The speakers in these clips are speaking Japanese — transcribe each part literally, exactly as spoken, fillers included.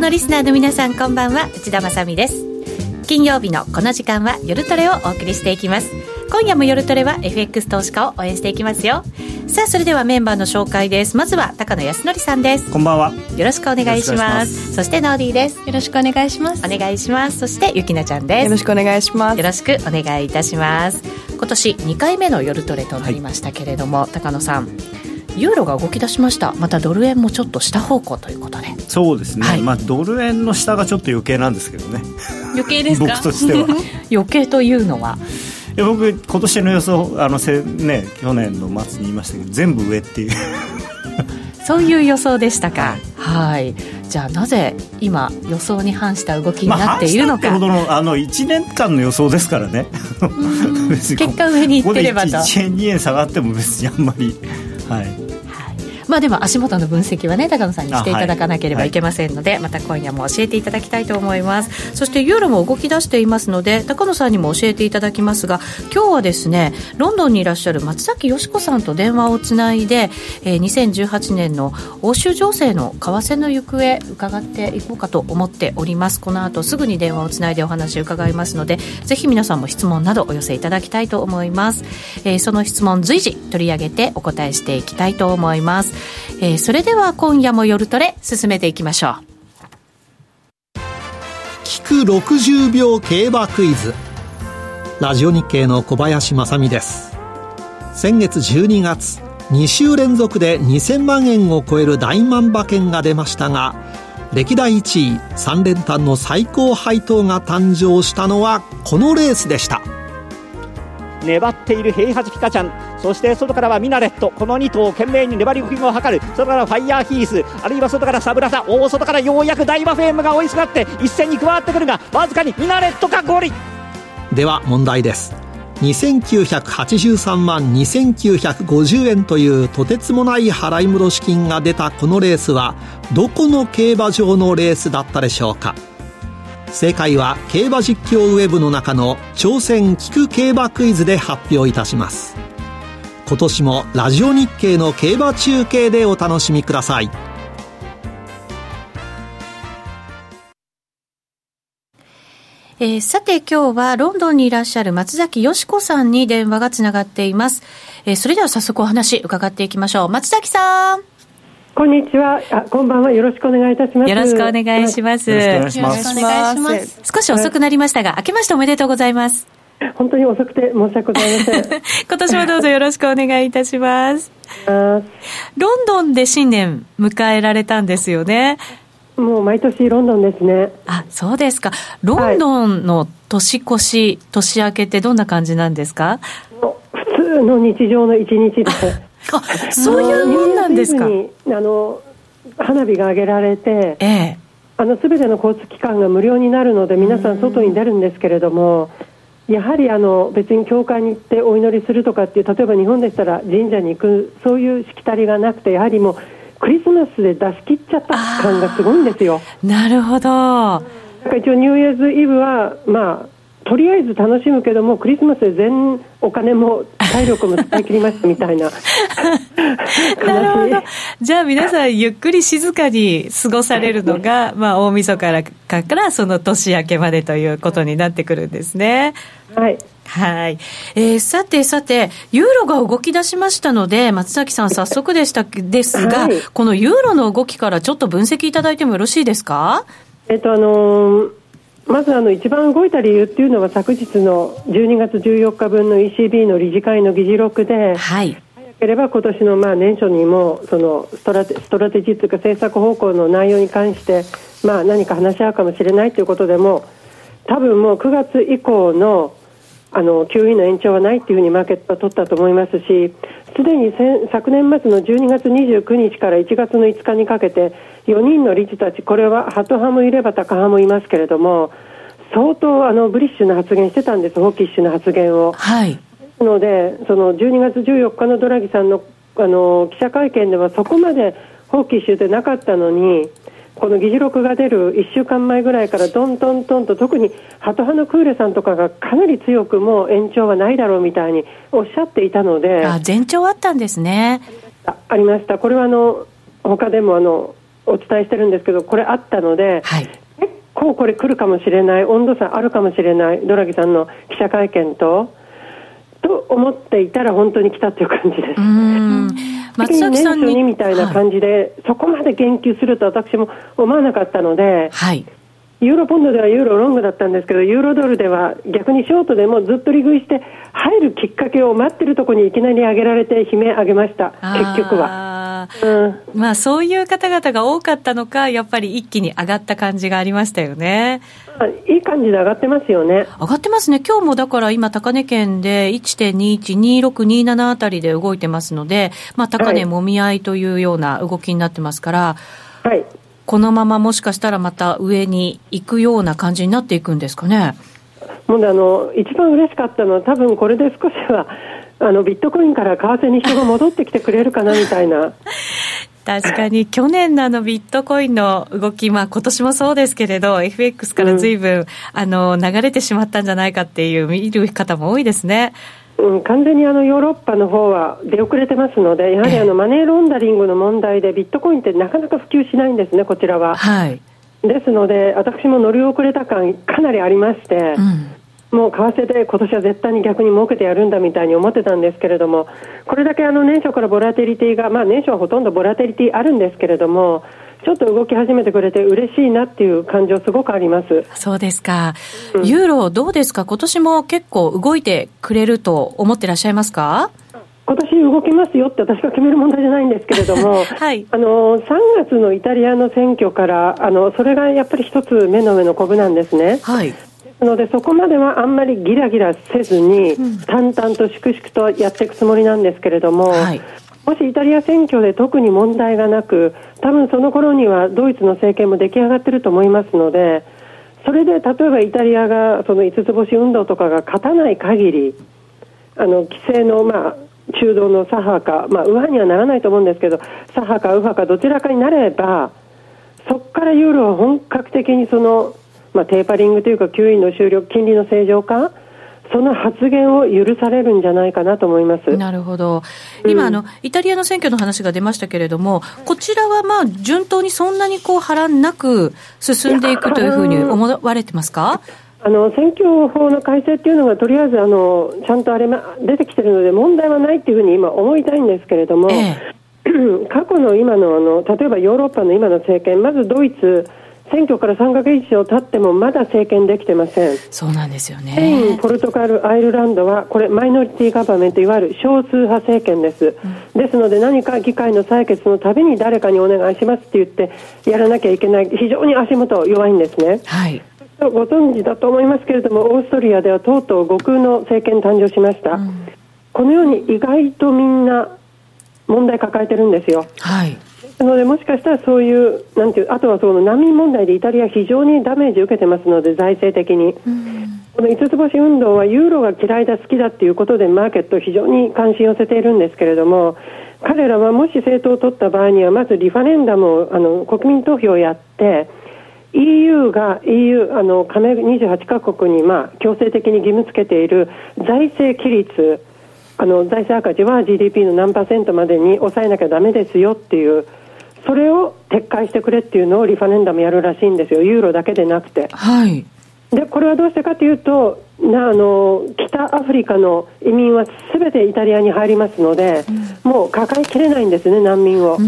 のリスナーの皆さん、こんばんは。内田まさみです。金曜日のこの時間は夜トレをお送りしていきます。今夜も夜トレは エフエックス 投資家を応援していきますよ。さあ、それではメンバーの紹介です。まずは高野康則さんです。 こんばんは。 よろしくお願いします。そしてノーディーです。 よろしくお願いします。 お願いします。そしてゆきなちゃんです。 よろしくお願いします。 よろしくお願いいたします。今年にかいめの夜トレとなりましたけれども、はい、高野さん、ユーロが動き出しました。またドル円もちょっと下方向ということで。 そうですね、 はい、 まあ、ドル円の下がちょっと余計なんですけどね。 余計ですか？ 僕としては余計というのは、 いや、僕今年の予想あのせ、ね、去年の末に言いましたけど、全部上っていうそういう予想でしたか。はい、はい、じゃあなぜ今予想に反した動きになっているのか。 まあ、反したってほどの、あのいちねんかんの予想ですからね結果上に行ってればと。 ここでいちえんにえん下がっても別にあんまり、はい、 まあ、でも足元の分析はね、高野さんにしていただかなければいけませんので、はいはい、また今夜も教えていただきたいと思います。そしてユーロも動き出していますので、高野さんにも教えていただきますが、今日はですね、ロンドンにいらっしゃる松崎よし子さんと電話をつないで、えー、にせんじゅうはちねんの欧州情勢の為替の行方伺っていこうかと思っております。この後すぐに電話をつないでお話を伺いますので、ぜひ皆さんも質問などお寄せいただきたいと思います。えー、その質問随時取り上げてお答えしていきたいと思います。えー、それでは今夜も夜トレ進めていきましょう。 聞くろくじゅうびょう競馬クイズ。ラジオ日経の小林正美です。先月じゅうにがつ、に週連続でにせんまんえんを超える大万馬券が出ましたが、歴代いちいさん連単の最高配当が誕生したのはこのレースでした。 粘っている平八ピカちゃん、そして外からはミナレット、このに頭懸命に粘り込みを図る。外からファイヤーヒース、あるいは外からサブラサ、大外からようやく大バフェームが追いすがって一戦に加わってくるが、わずかにミナレットかゴリ。 では問題です。にせんきゅうひゃくはちじゅうさんまんにせんきゅうひゃくごじゅうえんというとてつもない払い戻し金が出たこのレースはどこの競馬場のレースだったでしょうか。正解は競馬実況ウェブの中の挑戦聞く競馬クイズで発表いたします。今年もラジオ日経の競馬中継でお楽しみください。 えー、さて今日はロンドンにいらっしゃる松崎よし子さんに電話がつながっています。えー、それでは早速お話伺っていきましょう。松崎さん、 こんにちは。あ、こんばんは。よろしくお願いいたします。 よろしくお願いします。 よろしくお願いします。 よろしくお願いします。 少し遅くなりましたが、明けましておめでとうございます。 本当に遅くて申し訳ございません今年もどうぞよろしくお願いいたします。ロンドンで新年迎えられたんですよね。 もう毎年ロンドンですね。 あ、そうですか。ロンドンの年越し、はい、年明けってどんな感じなんですか？ 普通の日常の一日ですあ、そういうもんなんですか？ にあの花火が上げられて、 ええ、 あの全ての交通機関が無料になるので皆さん外に出るんですけれども、やはりあの別に教会に行ってお祈りするとかっていう、例えば日本でしたら神社に行くそういうしきたりがなくて、やはりもうクリスマスで出し切っちゃった感がすごいんですよ。 なるほど。 なんか一応ニューイヤーズイブはまあとりあえず楽しむけども、クリスマスで全お金も体力も使い切りましたみたいななるほど。じゃあ皆さんゆっくり静かに過ごされるのが、まあ、大晦日からからその年明けまでということになってくるんですね。 はい、 はい。えー、さてさてユーロが動き出しましたので、松崎さん早速でしたですが、はい、このユーロの動きからちょっと分析いただいてもよろしいですか？ えっとあのーまずあの一番動いた理由っていうのは昨日のじゅうにがつじゅうよっかぶんの イーシービー の理事会の議事録で、 はい、 早ければ今年のまあ年初にもそのストラテ、ストラテジーというか政策方向の内容に関してまあ何か話し合うかもしれないということでも、多分もうくがつ以降のあの キューイー の延長はないというふうにマーケットは取ったと思いますし、すでに昨年末のじゅうにがつにじゅうくにちからいちがつのいつかにかけてよにんの理事たち、これはハト派もいればタカ派もいますけれども、相当あのブリッシュな発言してたんです、ホーキッシュな発言を。 はい。 なのでそのじゅうにがつじゅうよっかのドラギさんのあの記者会見ではそこまでホーキッシュでなかったのに、この議事録が出るいっしゅうかんまえぐらいからどんどんどんと、特にハト派のクーレさんとかがかなり強くもう延長はないだろうみたいにおっしゃっていたので。 あ、前兆あったんですね。 あ、ありました。これはあの他でもあのお伝えしてるんですけど、これあったので、はい、結構これ来るかもしれない、温度差あるかもしれない、ドラギさんの記者会見とと思っていたら本当に来たっていう感じです。うーん、松崎さんに年初にみたいな感じで、はい、そこまで言及すると私も思わなかったので、はい、ユーロポンドではユーロロングだったんですけど、ユーロドルでは逆にショートでもずっと利食いして入るきっかけを待ってるところにいきなり上げられて悲鳴上げました。結局は、うん、 まあそういう方々が多かったのか、やっぱり一気に上がった感じがありましたよね。 いい感じで上がってますよね。 上がってますね。今日もだから今高値圏で いってんにいちにろくになな あたりで動いてますので、まあ高値もみ合いというような動きになってますから、はい、このままもしかしたらまた上に行くような感じになっていくんですかね。 もうあの一番嬉しかったのは、多分これで少しはあのビットコインから為替に人が戻ってきてくれるかなみたいな確かに去年のあのビットコインの動き、まあ今年もそうですけれど エフエックス から随分、うん、あの流れてしまったんじゃないかっていう見る方も多いですね。 うん、完全にあのヨーロッパの方は出遅れてますので、やはりあのマネーロンダリングの問題でビットコインってなかなか普及しないんですね、こちらは。はい、ですので私も乗り遅れた感かなりありまして、うん、もう為替で今年は絶対に逆に儲けてやるんだみたいに思ってたんですけれども、これだけあの年初からボラテリティが、まあ年初はほとんどボラテリティあるんですけれども、ちょっと動き始めてくれて嬉しいなっていう感情すごくあります。 そうですか、うん、ユーロどうですか、今年も結構動いてくれると思ってらっしゃいますか。 今年動きますよって私が決める問題じゃないんですけれども、はい、あのさんがつのイタリアの選挙からあのそれがやっぱり一つ目の上のコブなんですね。はい、ですのでそこまではあんまりギラギラせずに、うん、淡々と粛々とやっていくつもりなんですけれども、はい、もしイタリア選挙で特に問題がなく、多分その頃にはドイツの政権も出来上がっていると思いますので、それで例えばイタリアがその五つ星運動とかが勝たない限り、あの規制のまあ中道の左派か、まあ、右派にはならないと思うんですけど、左派か右派かどちらかになれば、そこからユーロは本格的にその、まあ、テーパリングというか キューイー の終了、金利の正常化、その発言を許されるんじゃないかなと思います。 なるほど。今、うん、あのイタリアの選挙の話が出ましたけれども、こちらはまあ順当にそんなにこう波乱なく進んでいくというふうに思われてますか。 あの選挙法の改正っていうのがとりあえずあのちゃんとあれ出てきてるので問題はないっていうふうに今思いたいんですけれども、ええ、過去の今のあの例えばヨーロッパの今の政権、まずドイツ選挙からさんかげつ以上経ってもまだ政権できてません。 そうなんですよね。 スペイン、ポルトガル、アイルランドはこれマイノリティガバメント、いわゆる少数派政権です、うん、ですので何か議会の採決のたびに誰かにお願いしますって言ってやらなきゃいけない、非常に足元弱いんですね。はい、ご存知だと思いますけれども、オーストリアではとうとう極右の政権誕生しました、うん、このように意外とみんな問題抱えてるんですよ。はい、なのでもしかしたらそういうなんていう、あとはその難民問題でイタリア非常にダメージを受けてますので、財政的に、うん、この五つ星運動はユーロが嫌いだ好きだっていうことでマーケット非常に関心を寄せているんですけれども、彼らはもし政党を取った場合にはまずリファレンダムをあの国民投票をやって、イーユー が イーユー あの加盟にじゅうはちカ国にまあ強制的に義務付けている財政規律、あの財政赤字は ジーディーピー の何パーセントまでに抑えなきゃダメですよっていう、それを撤回してくれっていうのをリファレンダムやるらしいんですよ、ユーロだけでなくて。はい、でこれはどうしてかというと、なあの北アフリカの移民は全てイタリアに入りますので、うん、もう抱えきれないんですね、難民を。うん、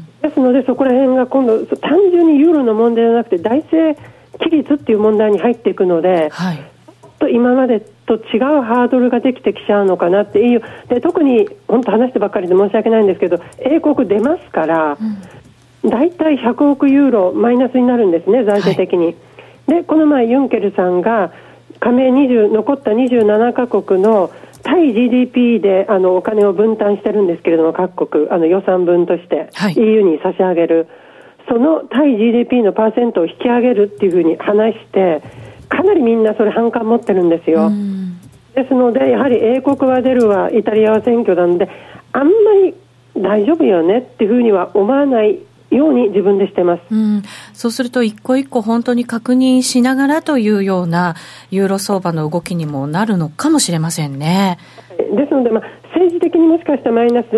ですのでそこら辺が今度単純にユーロの問題じゃなくて財政規律っていう問題に入っていくので、はい、ちょっと今までと違うハードルができてきちゃうのかなっていう。で特に本当話してばっかりで申し訳ないんですけど、英国出ますから、うん、だいたいひゃくおくユーロマイナスになるんですね、財政的に。はい、でこの前ユンケルさんが加盟にじゅう残ったにじゅうななカ国の対 ジーディーピー であのお金を分担してるんですけれども、各国あの予算分として、はい、イーユー に差し上げる、その対 ジーディーピー のパーセントを引き上げるっていうふうに話して、かなりみんなそれ反感持ってるんですよ。ですのでやはり英国は出るわ、イタリアは選挙なのであんまり大丈夫よねっていうふうには思わないように自分でしてます。うん、 そうすると一個一個本当に確認しながらというようなユーロ相場の動きにもなるのかもしれませんね。 ですので、まあ、政治的にもしかしたらマイナスで、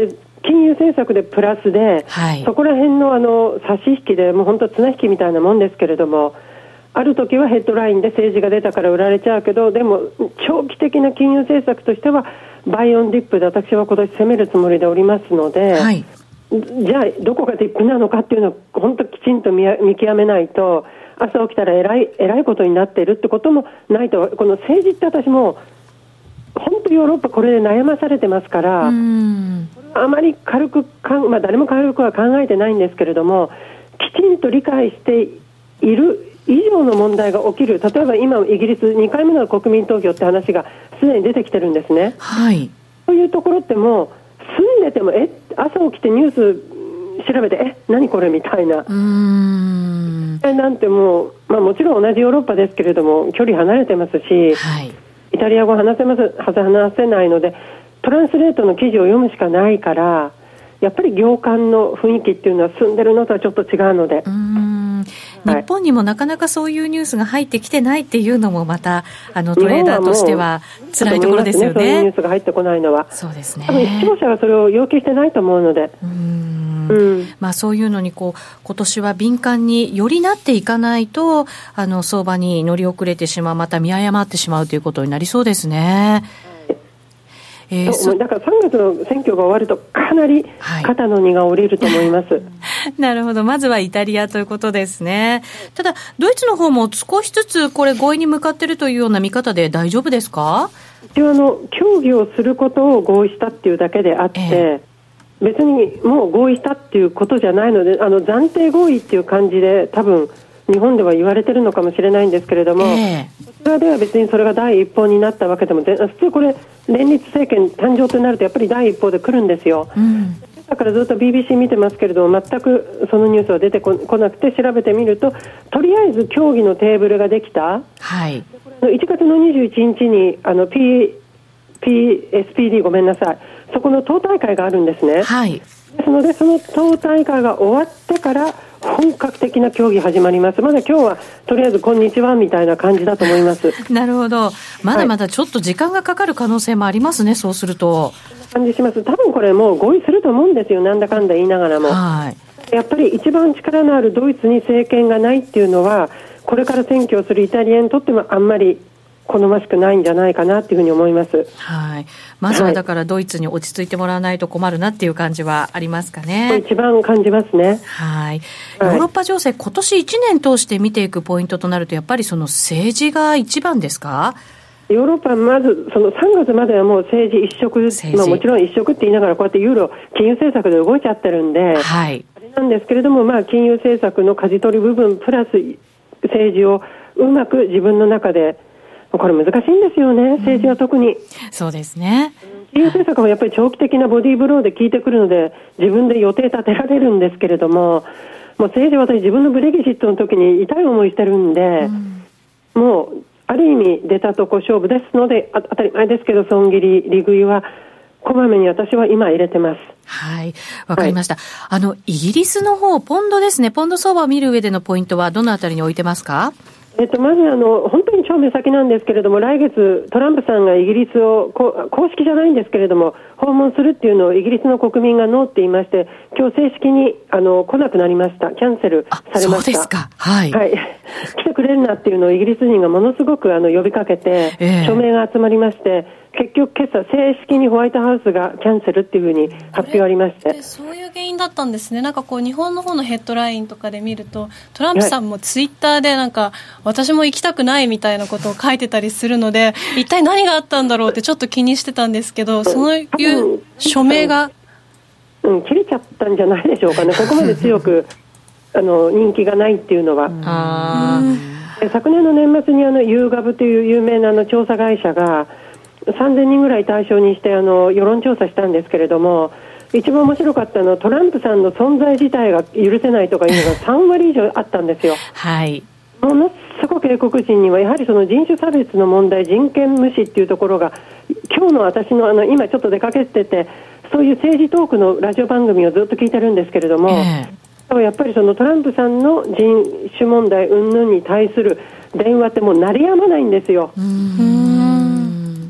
金融政策でプラスで、はい、そこら辺のあの差し引きでもう本当綱引きみたいなもんですけれども、ある時はヘッドラインで政治が出たから売られちゃうけど、でも長期的な金融政策としてはバイオンディップで私は今年攻めるつもりでおりますので、はい、じゃあどこがディップなのかっていうのを本当きちんと 見, 見極めないと、朝起きたらえらい、えらいことになっているってこともないと。この政治って私も本当ヨーロッパこれで悩まされてますから、うん、あまり軽くかん、まあ、誰も軽くは考えてないんですけれども、きちんと理解している以上の問題が起きる。例えば今イギリスにかいめの国民投票って話がすでに出てきてるんですね、はい、そういうところってもう住んでてもえ朝起きてニュース調べてえ何これみたいな、うーんなんてもう、まあ、もちろん同じヨーロッパですけれども距離離れてますし、はい、イタリア語話せますはず話せないのでトランスレートの記事を読むしかないから、やっぱり業界の雰囲気っていうのは住んでるのとはちょっと違うので、うーん、 はい、日本にもなかなかそういうニュースが入ってきてないっていうのもまたあのトレーダーとしては辛いところですよね。 そういうニュースが入ってこないのはそうですね。 多分視聴者はそれを要求してないと思うので、うーん、うんまあ、そういうのにこう今年は敏感によりなっていかないとあの相場に乗り遅れてしまう、また見誤ってしまうということになりそうですね。 えー、だからさんがつの選挙が終わるとかなり肩の荷が下りると思います、はい、 なるほど。まずはイタリアということですね。ただドイツの方も少しずつこれ合意に向かっているというような見方で大丈夫ですか？ 一応あの協議をすることを合意したっていうだけであって、えー、別にもう合意したっていうことじゃないので、あの暫定合意っていう感じで多分日本では言われてるのかもしれないんですけれども、えー、こちらでは別にそれが第一報になったわけでも、普通これ連立政権誕生となるとやっぱり第一報で来るんですよ、うん、だからずっと ビービーシー 見てますけれども全くそのニュースは出てこなくて、調べてみるととりあえず協議のテーブルができた、はい、いちがつのにじゅういちにちにあの Pピーエスピーディー ごめんなさい、そこの党大会があるんですね、はい、ですのでその党大会が終わってから本格的な協議始まります。まだ今日はとりあえずこんにちはみたいな感じだと思います。 なるほど。まだまだちょっと時間がかかる可能性もありますね、はい、そうすると感じします。多分これもう合意すると思うんですよ、なんだかんだ言いながらも、はい、やっぱり一番力のあるドイツに政権がないっていうのはこれから選挙をするイタリアにとってもあんまり好ましくないんじゃないかなというふうに思います、 はい、まずはだからドイツに落ち着いてもらわないと困るなっていう感じはありますかね。 一番感じますね、 はい、ヨーロッパ情勢今年いちねん通して見ていくポイントとなるとやっぱりその政治が一番ですか？ ヨーロッパはまずそのさんがつまではもう政治一色、まあ、もちろん一色って言いながらこうやってユーロ金融政策で動いちゃってるんで、はい、あれなんですけれども、まあ、金融政策の舵取り部分プラス政治をうまく自分の中で、これ難しいんですよね、政治は特に、うん、 そうですね。 金融政策はやっぱり長期的なボディーブローで効いてくるので自分で予定立てられるんですけれども、もう政治は私自分のブレギシットの時に痛い思いしてるんで、うん、もうある意味出たとこ勝負ですので、あ当たり前ですけど損切り利食いはこまめに私は今入れてます。 はい、わかりました、はい、あのイギリスの方ポンドですね、ポンド相場を見る上でのポイントはどのあたりに置いてますか？ えっと、まずあの本当に超目先なんですけれども、来月トランプさんがイギリスをこ公式じゃないんですけれども訪問するっていうのをイギリスの国民がノーって言いまして、今日正式にあの来なくなりました。キャンセルされました。 そうですか、はい、 はい、来てくれるなっていうのをイギリス人がものすごくあの呼びかけて、えー、署名が集まりまして、結局今朝正式にホワイトハウスがキャンセルっていうふうに発表ありまして、 そういう原因だったんですね。なんかこう日本の方のヘッドラインとかで見るとトランプさんもツイッターでなんか私も行きたくないみたいなことを書いてたりするので、一体何があったんだろうってちょっと気にしてたんですけど、そういう署名が、 うん、切れちゃったんじゃないでしょうかね。ここまで強くあの人気がないっていうのは。あ昨年の年末にあのユーガブという有名なあの調査会社がさんぜんにんぐらい対象にしてあの世論調査したんですけれども、一番面白かったのはトランプさんの存在自体が許せないとかいうのがさんわり以上あったんですよ。はい、ものすごく英国人にはやはりその人種差別の問題、人権無視っていうところが、今日の私のあの今ちょっと出かけててそういう政治トークのラジオ番組をずっと聞いてるんですけれども、えー、やっぱりそのトランプさんの人種問題云々に対する電話ってもう鳴りやまないんですよ。うーん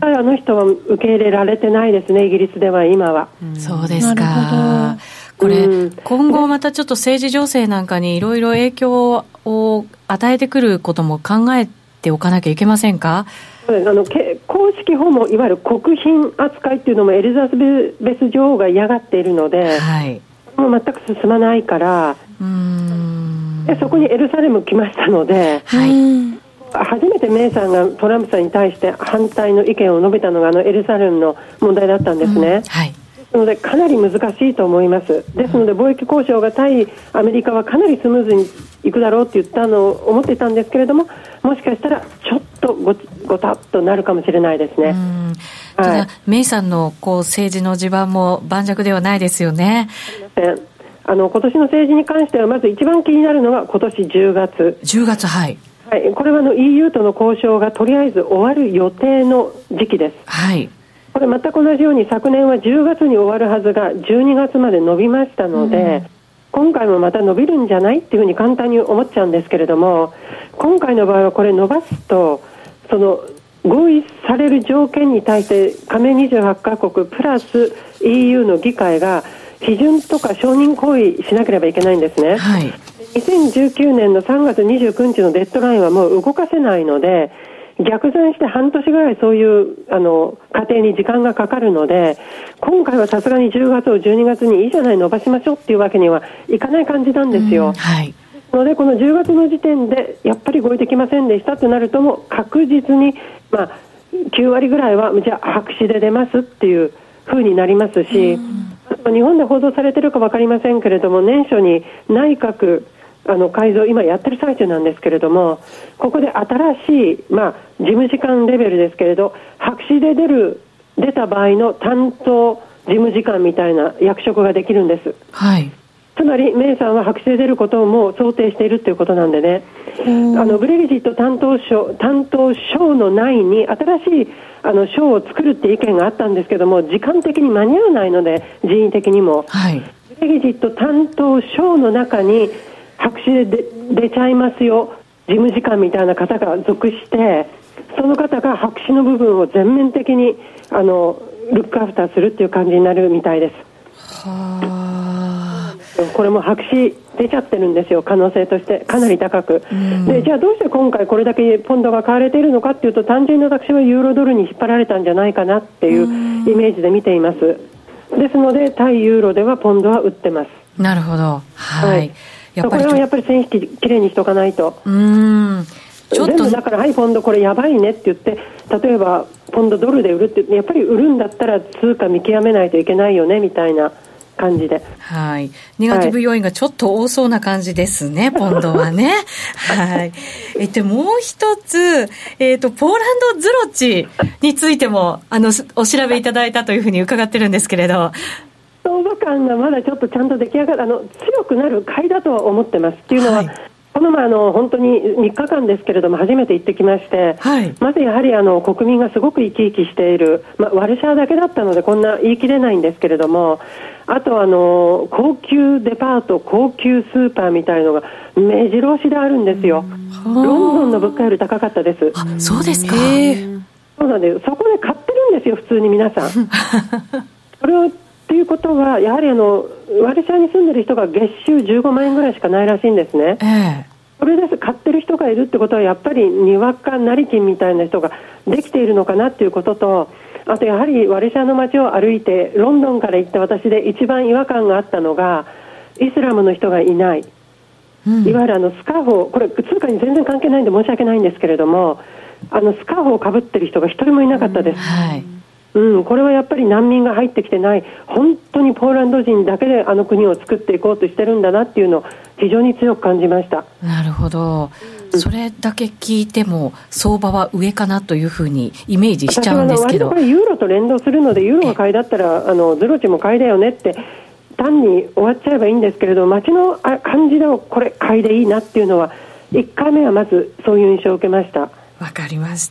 あの人は受け入れられてないですね、イギリスでは今は。 うん、そうですか。これ、うん、今後またちょっと政治情勢なんかにいろいろ影響を与えてくることも考えておかなきゃいけませんか？ あの公式訪問、いわゆる国賓扱いっていうのもエリザベス女王が嫌がっているので、はい、もう全く進まないから、うーん、でそこにエルサレム来ましたので、はい、初めてメイさんがトランプさんに対して反対の意見を述べたのがあのエルサレムの問題だったんですね、うん、はい、ですのでかなり難しいと思います。ですので貿易交渉が対アメリカはかなりスムーズにいくだろうって言ったのを思っていたんですけれども、もしかしたらちょっとごごたっとなるかもしれないですね。うん、 ただ、はい、メイさんのこう政治の地盤も盤石ではないですよね。 すみません、あの今年の政治に関してはまず一番気になるのは今年じゅうがつじゅうがつ、はい、 はい、これはあの イーユー との交渉がとりあえず終わる予定の時期です。はい、これ全く同じように昨年はじゅうがつに終わるはずがじゅうにがつまで伸びましたので、うん、今回もまた伸びるんじゃないっていうふうに簡単に思っちゃうんですけれども、今回の場合はこれ伸ばすとその合意される条件に対して加盟にじゅうはちカ国プラス イーユー の議会が批准とか承認行為しなければいけないんですね。はい、にせんじゅうきゅうねんのさんがつにじゅうくにちのデッドラインはもう動かせないので、逆算して半年ぐらいそういうあの過程に時間がかかるので、今回はさすがにじゅうがつをじゅうにがつにいいじゃない伸ばしましょうっていうわけにはいかない感じなんですよ。はい、のでこのじゅうがつの時点でやっぱり合意できませんでしたとなると、もう確実に、まあ、きゅうわりぐらいはじゃあ白紙で出ますっていう風になりますし、あと日本で報道されているか分かりませんけれども、年初に内閣あの改造今やってる最中なんですけれども、ここで新しい、まあ、事務次官レベルですけれど、白紙で出る出た場合の担当事務次官みたいな役職ができるんです。はい、つまりメイさんは白紙で出ることをもう想定しているということなんでね、あのブレグジット担当省担当省の内に新しいあの省を作るって意見があったんですけども、時間的に間に合わないので人員的にも、はい、ブレグジット担当省の中に白紙で出ちゃいますよ事務次官みたいな方が属して、その方が白紙の部分を全面的にあのルックアフターするっていう感じになるみたいです。はー、これも白紙出ちゃってるんですよ、可能性としてかなり高く。でじゃあどうして今回これだけポンドが買われているのかっていうと、単純に私はユーロドルに引っ張られたんじゃないかなっていうイメージで見ています。ですので対ユーロではポンドは売ってます。 なるほど、はい、はい、 やっぱりこれはやっぱり線引ききれいにしとかないと。うーん、ちょっと全部だから、はいポンドこれやばいねって言って、例えばポンドドルで売るってやっぱり売るんだったら通貨見極めないといけないよねみたいな感じで、 はい、ネガティブ要因がちょっと多そうな感じですね、はい、ポンドはねはい、えっともう一つ、えっとポーランドズロチについてもあのお調べいただいたというふうに伺ってるんですけれど、 相場感がまだちょっとちゃんと出来上がる、あの強くなる買いだとは思ってます。っていうのは、はい、この前あの本当にみっかかんですけれども初めて行ってきまして、はい、まずやはりあの国民がすごく生き生きしている、まあ、ワルシャワだけだったのでこんな言い切れないんですけれども、あとあの高級デパート高級スーパーみたいのが目白押しであるんですよ。ロンドンの物価より高かったです。 あ、そうですか。 そうなんです。そこで買ってるんですよ普通に皆さんそれをということはやはりあのワルシャワに住んでる人が月収じゅうごまんえんぐらいしかないらしいんですね、えー、それです買ってる人がいるってことはやっぱりにわか成金みたいな人ができているのかなっていうことと、あとやはりワルシャワの街を歩いてロンドンから行った私で一番違和感があったのがイスラムの人がいない、うん、いわゆるあのスカーフを、これ通貨に全然関係ないんで申し訳ないんですけれども、あのスカーフをかぶってる人が一人もいなかったです、うん、はい、うん、これはやっぱり難民が入ってきてない、本当にポーランド人だけであの国を作っていこうとしてるんだなっていうのを非常に強く感じました。 なるほど、うん、それだけ聞いても相場は上かなというふうにイメージしちゃうんですけど、 私は割とこれユーロと連動するのでユーロが買いだったらあのズロチも買いだよねって単に終わっちゃえばいいんですけれど、街の感じでこれ買いでいいなっていうのはいっかいめはまずそういう印象を受けました。 わかりました、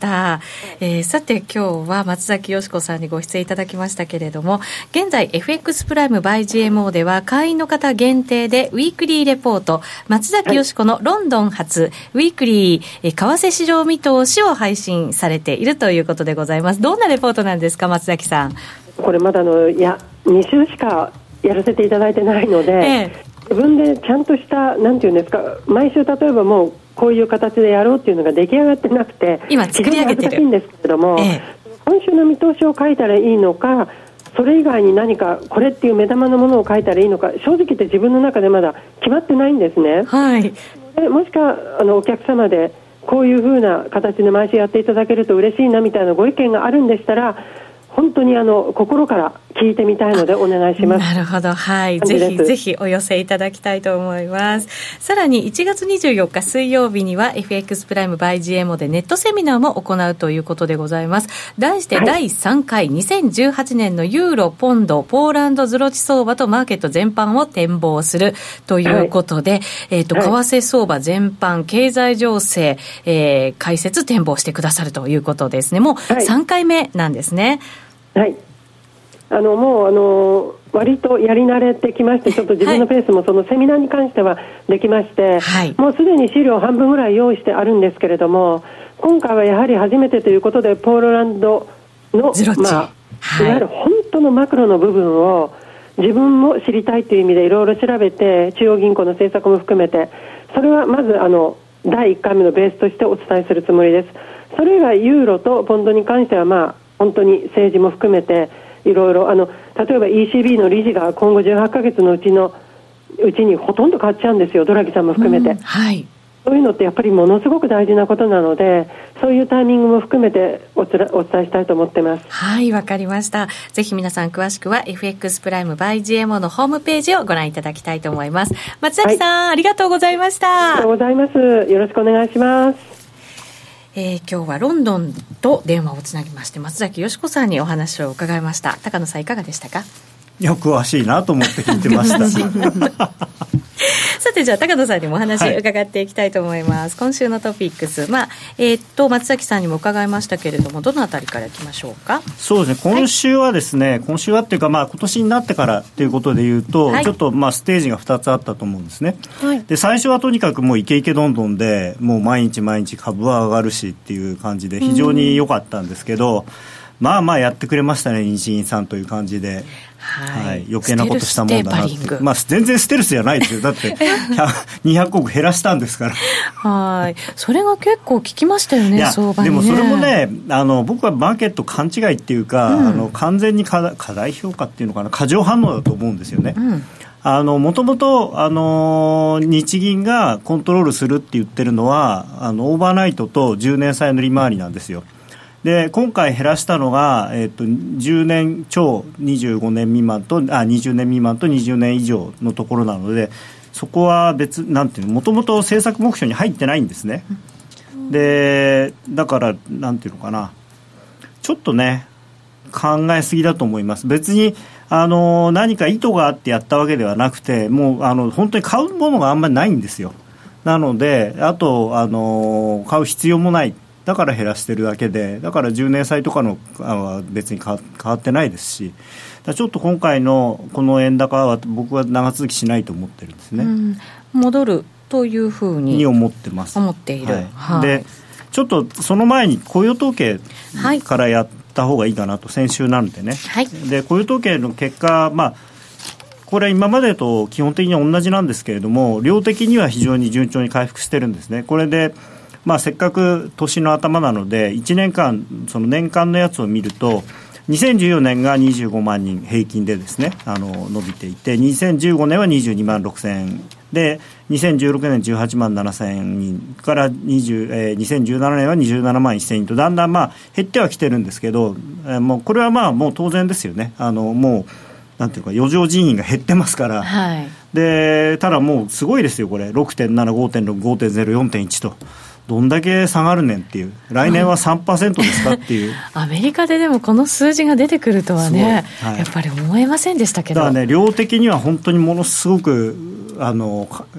えー、さて今日は松崎よしこさんにご出演いただきましたけれども、現在 エフエックス プライム by ジーエムオー では会員の方限定でウィークリーレポート松崎よしこのロンドン発ウィークリー、えー、為替市場見通しを配信されているということでございます。どんなレポートなんですか、松崎さん。 これまだのいやに週しかやらせていただいてないので、ええ、自分でちゃんとしたなんていうんですか、毎週例えばもうこういう形でやろうっていうのが出来上がってなくて今作り上げてる、 非常に難しいんですけれども、ええ、今週の見通しを書いたらいいのか、それ以外に何かこれっていう目玉のものを書いたらいいのか、正直言って自分の中でまだ決まってないんですね、 はい、 でもしかあのお客様でこういう風な形で毎週やっていただけると嬉しいなみたいなご意見があるんでしたら、本当にあの心から聞いてみたいのでお願いします。 なるほど、はい、ぜひぜひお寄せいただきたいと思います。さらにいちがつにじゅうよっか水曜日には エフエックス プライム by ジーエムオー でネットセミナーも行うということでございます。題してだいさんかい、はい、にせんじゅうはちねんのユーロ、ポンド、ポーランドズロチ相場とマーケット全般を展望するということで、はい、えーと、為替相場全般、経済情勢、えー、解説展望してくださるということですね。もうさんかいめなんですね。 はい、あのもうあの割とやり慣れてきまして、ちょっと自分のペースもそのセミナーに関してはできまして、はい、もうすでに資料半分ぐらい用意してあるんですけれども、今回はやはり初めてということでポーランドの、まあ、はい、いわゆる本当のマクロの部分を自分も知りたいという意味でいろいろ調べて、中央銀行の政策も含めて、それはまずあのだいいっかいめのベースとしてお伝えするつもりです。それがユーロとポンドに関してはまあ本当に政治も含めていろいろ、あの例えば イーシービー の理事が今後じゅうはちかげつのうちのうちにほとんど変わっちゃうんですよ、ドラギさんも含めて、うん、はい、そういうのってやっぱりものすごく大事なことなので、そういうタイミングも含めておつらお伝えしたいと思ってます。 はい、わかりました。ぜひ皆さん詳しくは エフエックス プライム by ジーエムオー のホームページをご覧いただきたいと思います。松崎さん、はい、ありがとうございました。 ありがとうございます。よろしくお願いします。 えー、今日はロンドンと電話をつなぎまして松崎よしこさんにお話を伺いました。高野さんいかがでしたか？ いや、詳しいなと思って聞いてましたさて、じゃあ高野さんにもお話伺っていきたいと思います、はい、今週のトピックス、まあえー、っと松崎さんにも伺いましたけれども、どのあたりからいきましょうか？ そうですね、今週はですね、はい、今週はっていうか、まあ、今年になってからということでいうと、はい、ちょっとまあステージがふたつあったと思うんですね、はい、で最初はとにかくもうイケイケどんどんで、もう毎日毎日株は上がるしっていう感じで非常に良かったんですけど、まあまあやってくれましたね、日銀さんという感じで、はいはい、余計なことしたもんだなって、まあ、全然ステルスじゃないですよ、だってにひゃくおく減らしたんですからはい、それが結構効きましたよね、相場にね。 でもそれもね、あの僕はマーケット勘違いっていうか、うん、あの完全に過大評価っていうのかな、過剰反応だと思うんですよね、うん、あのもともとあの日銀がコントロールするって言ってるのは、あのオーバーナイトとじゅうねん債の利回りなんですよ。で今回減らしたのが、えー、とじゅうねん超にじゅうごねん未満とあにじゅうねん未満とにじゅうねん以上のところなので、そこは別なんていうの、もともと政策目標に入ってないんですね。でだからなんていうのかな、ちょっとね考えすぎだと思います。別にあの何か意図があってやったわけではなくて、もうあの本当に買うものがあんまりないんですよ。なのであとあの買う必要もない、だから減らしてるだけで、だからじゅうねん債とかのは別に変わってないですし、だちょっと今回のこの円高は僕は長続きしないと思ってるんですね、うん、 戻るというふうにに思ってます。 思っている、はいはい、 でちょっとその前に雇用統計からやった方がいいかなと、先週なんでね、はい、で雇用統計の結果、まあこれは今までと基本的には同じなんですけれども、量的には非常に順調に回復してるんですね。これでまあ、せっかく年の頭なのでいちねんかんその年間のやつを見ると、にせんじゅうよねんがにじゅうごまんにん平均でですね、あの伸びていて、にせんじゅうごねんはにじゅうにまんろくせんで、にせんじゅうろくねんじゅうはちまんななせんにんから20、えー、にせんじゅうななねんはにじゅうななまんせんにんとだんだんまあ減ってはきてるんですけど、えー、もうこれはまあもう当然ですよね。あのもうなんていうか余剰人員が減ってますから、はい、でただもうすごいですよこれ ろくてんなな、ごてんろく、ごてんゼロ、よんてんいち とどんだけ下がるねんっていう、来年は さんパーセント ですかっていうアメリカででもこの数字が出てくるとはね、はい、やっぱり思えませんでしたけど、 だからね、量的には本当にものすごくあの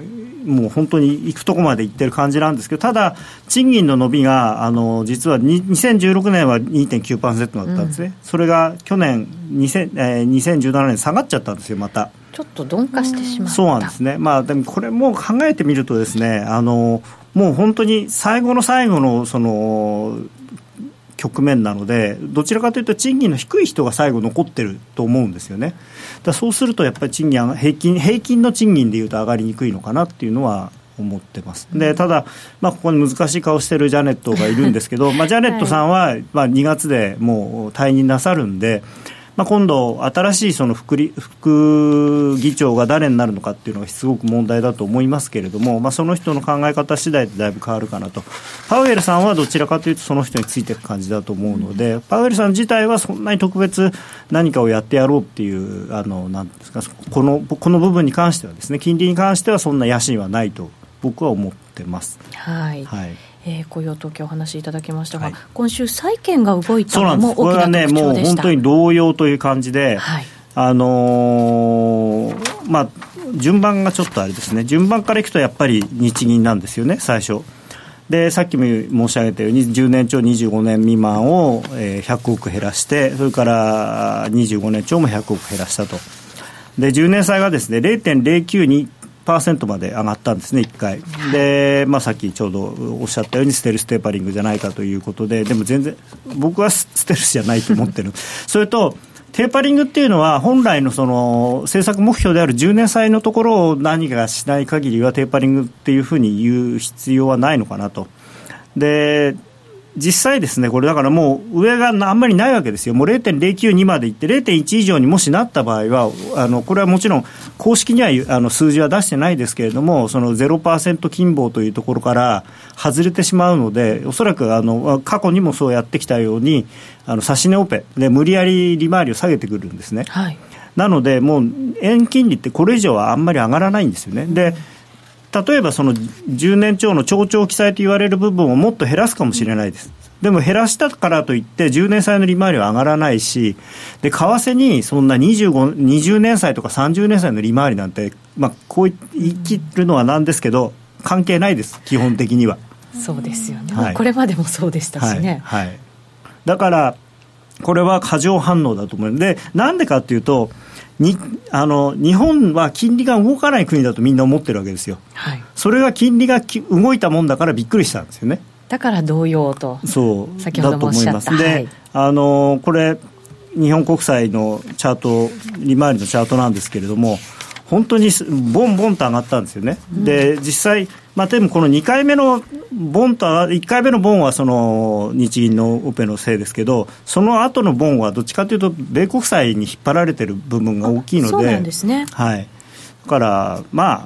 もう本当に行くとこまで行ってる感じなんですけど、ただ賃金の伸びがあの実はにせんじゅうろくねんは にてんきゅうパーセント だったんですね、うん、それが去年にせん、えー、にせんじゅうななねん下がっちゃったんですよ。またちょっと鈍化してしまった。 そうなんですね。まあでもこれも考えてみるとですね、あのもう本当に最後の最後のその局面なので、どちらかというと賃金の低い人が最後残ってると思うんですよね。だそうするとやっぱり賃金平均平均の賃金でいうと上がりにくいのかなっていうのは思ってます。でただ、まあ、ここに難しい顔してるジャネットがいるんですけどまあジャネットさんは、まあ、にがつでもう退任なさるんで、まあ、今度新しいその 副, 副議長が誰になるのかっていうのがすごく問題だと思いますけれども、まあ、その人の考え方次第でだいぶ変わるかなと。パウエルさんはどちらかというとその人についていく感じだと思うので、うん、パウエルさん自体はそんなに特別何かをやってやろうっていうあのなんですか、この、この部分に関してはですね、金利に関してはそんな野心はないと僕は思ってます。 はい、はいえー、雇用統計お話しいただきましたが、はい、今週債券が動いたのも大きな特徴でした。 これはねもう本当に同様という感じで、はい、あのー、まあ順番がちょっとあれですね、順番からいくとやっぱり日銀なんですよね最初で、さっきも申し上げたようにじゅうねんちょうにじゅうごねん未満をひゃくおく減らして、それからにじゅうごねんちょうもひゃくおく減らしたと。でじゅうねん債がですね ゼロてんゼロきゅうにパーセント まで上がったんですねいっかいで、まあ、さっきちょうどおっしゃったようにステルステーパリングじゃないかということで、でも全然僕はステルスじゃないと思ってるそれとテーパリングっていうのは本来のその政策目標であるじゅうねん債のところを何かしない限りはテーパリングっていうふうに言う必要はないのかなと。で実際ですね、これだからもう上があんまりないわけですよ。もう ゼロてんゼロきゅうに までいって ゼロてんいち 以上にもしなった場合は、あのこれはもちろん公式にはあの数字は出してないですけれども、その ゼロパーセント 金棒というところから外れてしまうので、おそらくあの過去にもそうやってきたようにあの指し値オペで無理やり利回りを下げてくるんですね、はい、なのでもう円金利ってこれ以上はあんまり上がらないんですよね。で例えばそのじゅうねんちょうの長長期債と言われる部分をもっと減らすかもしれないです。でも減らしたからといってじゅうねん債の利回りは上がらないし、で為替にそんなにじゅうご、にじゅうねん債とかさんじゅうねん債の利回りなんて、まあ、こう言い切るのはなんですけど関係ないです基本的には。 そうですよね、はい、これまでもそうでしたしね、 はいはい、だからこれは過剰反応だと思うので、なんでかっていうとにあの日本は金利が動かない国だとみんな思ってるわけですよ、はい、それが金利が動いたもんだからびっくりしたんですよね。 だから同様とそう先ほどもおっしゃった。 だと思います。で、はい、あのこれ日本国債のチャート利回りのチャートなんですけれども、本当にボンボンと上がったんですよね、うん、で実際、まあ、でもこのにかいめのボンと上がいっかいめのボンはその日銀のオペのせいですけど、その後のボンはどっちかというと米国債に引っ張られてる部分が大きいので、 そうなんですね、 はい、だからまあ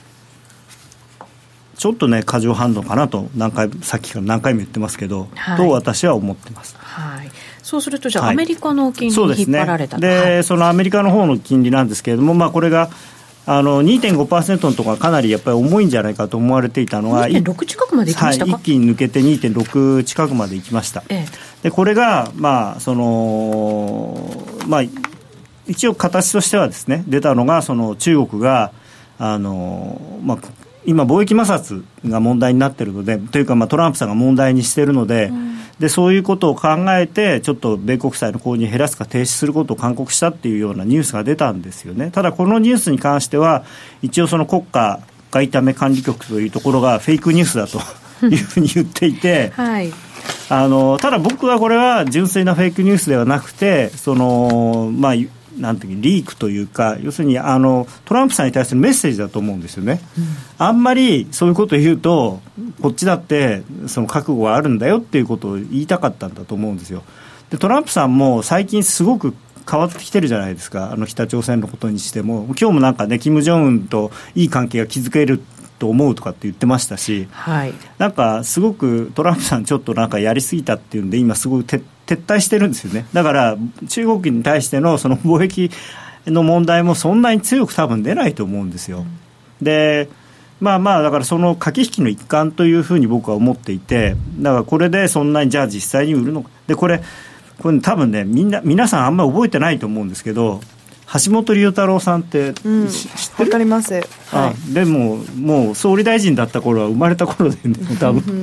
ちょっとね過剰反応かなと何回さっきから何回も言ってますけど、はい、と私は思ってます、 はい、そうするとじゃあ、はい、アメリカの金利に引っ張られたと。 そうですね。で、はい、そのアメリカの方の金利なんですけれども、まあ、これがあの にてんごパーセント のところがかなりやっぱり重いんじゃないかと思われていたのがにてんろく 近くまでいきましたか、 はい、一気に抜けて にてんろく 近くまでいきました、ええ、でこれが、まあそのまあ、一応形としてはですね出たのがその中国があの、まあ今貿易摩擦が問題になっているのでというか、まあ、トランプさんが問題にしているの で,、うん、でそういうことを考えてちょっと米国債の購入を減らすか停止することを勧告したっていうようなニュースが出たんですよね。ただこのニュースに関しては一応その国家外為管理局というところがフェイクニュースだというふうに言っていて、はい、あのただ僕はこれは純粋なフェイクニュースではなくてそのまあなんていうリークというか、要するにあのトランプさんに対するメッセージだと思うんですよね、うん、あんまりそういうことを言うとこっちだってその覚悟があるんだよっていうことを言いたかったんだと思うんですよ。でトランプさんも最近すごく変わってきてるじゃないですか。あの北朝鮮のことにしても今日もなんかねキム・ジョンウンといい関係が築けると思うとかって言ってましたし、はい、なんかすごくトランプさんちょっとなんかやりすぎたっていうんで今すごく徹撤退してるんですよね。だから中国に対してのその貿易の問題もそんなに強く多分出ないと思うんですよ、うん、でまあまあだからその駆け引きの一環というふうに僕は思っていて、だからこれでそんなにじゃあ実際に売るのかでこれこれ多分ねみんな皆さんあんまり覚えてないと思うんですけど、 橋本龍太郎さんって、 うん、 知ってる？ わかります、 あ、はい、でももう総理大臣だった頃は生まれた頃で、ね、多分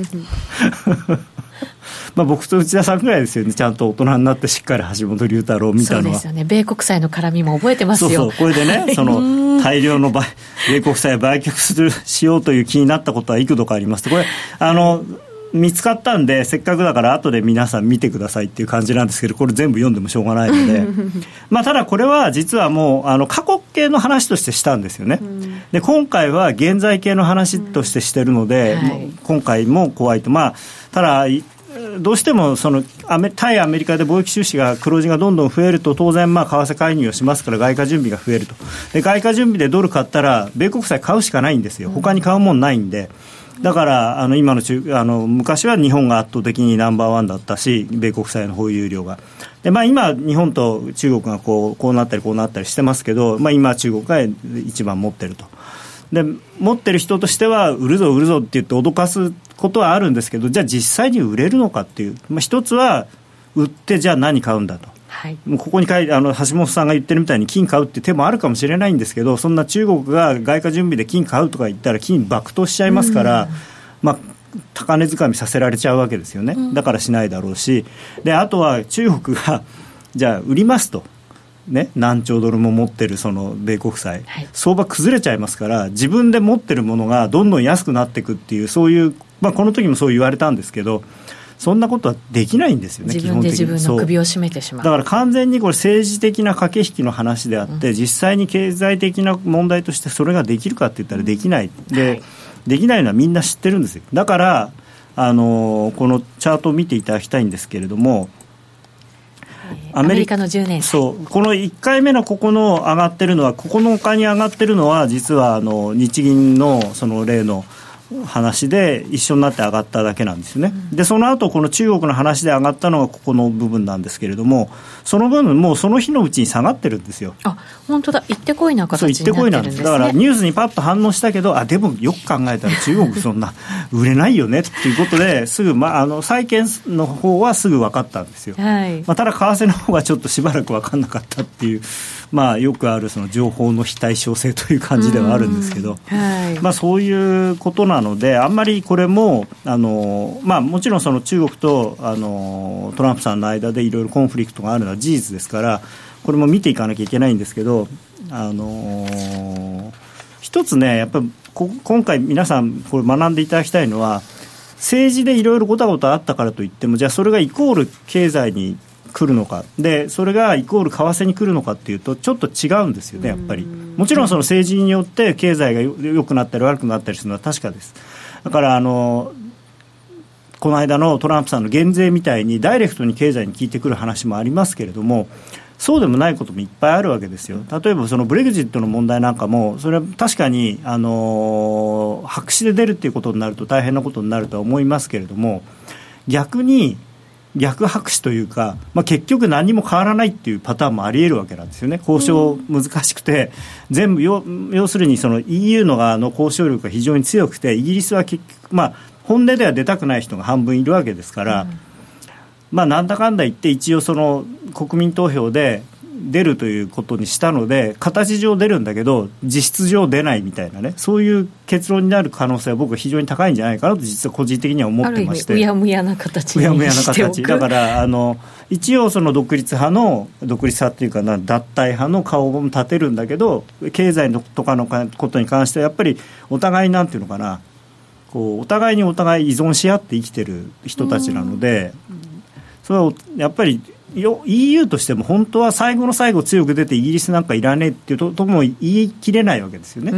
まあ僕と内田さんくらいですよね。ちゃんと大人になってしっかり橋本龍太郎を見たのは。 そうですよね。米国債の絡みも覚えてますよ。 そうそう、これでねその大量の米国債を売却するしようという気になったことは幾度かありますと、これあの見つかったんで、せっかくだから後で皆さん見てくださいっていう感じなんですけど、これ全部読んでもしょうがないのでまあただこれは実はもうあの過去形の話としてしたんですよね。で今回は現在形の話としてしてるので、はい、今回も怖いと。まあただどうしてもそのアメ対アメリカで貿易収支が黒字がどんどん増えると、当然まあ為替介入をしますから外貨準備が増えると。で外貨準備でドル買ったら米国債買うしかないんですよ。他に買うもんないんで。だからあの今の中あの昔は日本が圧倒的にナンバーワンだったし、米国債の保有量がで、まあ、今日本と中国がこう、こうなったりこうなったりしてますけど、まあ、今中国が一番持ってると。で持ってる人としては売るぞ売るぞって言って脅かすことはあるんですけど、じゃあ実際に売れるのかっていう、まあ、一つは売ってじゃあ何買うんだと、はい、もうここに書いてあの橋本さんが言ってるみたいに金買うって手もあるかもしれないんですけど、そんな中国が外貨準備で金買うとか言ったら金爆投しちゃいますから、まあ、高値掴みさせられちゃうわけですよね。だからしないだろうし、であとは中国がじゃあ売りますとね、何兆ドルも持ってるその米国債、はい、相場崩れちゃいますから、自分で持ってるものがどんどん安くなっていくっていう、そういう、まあ、この時もそう言われたんですけど、そんなことはできないんですよね。 自分で自分の首を絞めてしまう。 だから完全にこれ政治的な駆け引きの話であって、うん、実際に経済的な問題としてそれができるかって言ったらできない、うん、で、はい、できないのはみんな知ってるんですよ。だからあのこのチャートを見ていただきたいんですけれども、 アメリカのじゅうねん債、 そうこのいっかいめのここの上がってるのは、ここの他に上がってるのは実はあの日銀のその例の話で一緒になって上がっただけなんですよね、うん、でその後この中国の話で上がったのがここの部分なんですけれども、その部分もうその日のうちに下がってるんですよ。 あ、本当だ、行ってこいな形になってるんですね。そう、行ってこいなんです。 だからニュースにパッと反応したけど、あでもよく考えたら中国そんな売れないよねっていうことですぐ、まあ、あの債券の方はすぐ分かったんですよ、はい、まあ、ただ為替の方がちょっとしばらく分かんなかったっていう、まあ、よくあるその情報の非対称性という感じではあるんですけど、はい、まあ、そういうことなので、あんまりこれもあの、まあ、もちろんその中国とあのトランプさんの間でいろいろコンフリクトがあるのは事実ですから、これも見ていかなきゃいけないんですけど、あの一つね、やっぱり今回皆さんこれ学んでいただきたいのは、政治でいろいろごたごたあったからといっても、じゃあそれがイコール経済に来るのかで、それがイコール為替に来るのかっていうとちょっと違うんですよね。やっぱりもちろんその政治によって経済が良くなったり悪くなったりするのは確かです。だからあのこの間のトランプさんの減税みたいにダイレクトに経済に効いてくる話もありますけれども、そうでもないこともいっぱいあるわけですよ。例えばそのブレグジットの問題なんかも、それは確かにあの白紙で出るっていうことになると大変なことになるとは思いますけれども、逆に逆白紙というか、まあ、結局何も変わらないっていうパターンもあり得るわけなんですよね。交渉難しくて、全部要、要するにその イーユー の側の交渉力が非常に強くて、イギリスは結局、まあ、本音では出たくない人が半分いるわけですから、うん、まあ、なんだかんだ言って一応その国民投票で出るということにしたので、形上出るんだけど実質上出ないみたいなね、そういう結論になる可能性は僕は非常に高いんじゃないかなと実は個人的には思ってまして、 うやむやな形にしておく、 うやむやな形だからあの一応その独立派の独立派っていうかな、脱退派の顔も立てるんだけど、経済のとかのことに関してはやっぱりお互いなんていうのかな、こうお互いにお互い依存し合って生きてる人たちなので、それはやっぱりよ イーユー としても本当は最後の最後強く出てイギリスなんかいらねえっていうととも言い切れないわけですよね、うん、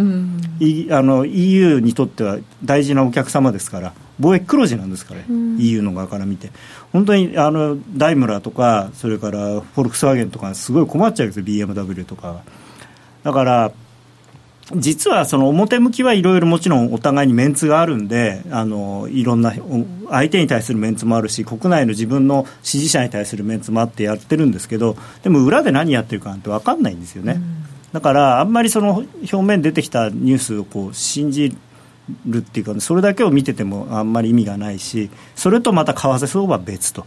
あの イーユー にとっては大事なお客様ですから、貿易黒字なんですから、うん、イーユー の側から見て本当にあのダイムラーとかそれからフォルクスワーゲンとかすごい困っちゃうんですよ、 ビーエムダブリュー とか。だから実はその表向きはいろいろもちろんお互いにメンツがあるんで、あのいろんな相手に対するメンツもあるし、国内の自分の支持者に対するメンツもあってやってるんですけど、でも裏で何やってるかなんて分かんないんですよね、うん、だからあんまりその表面出てきたニュースをこう信じるっていうか、それだけを見ててもあんまり意味がないし、それとまた為替相場は別と。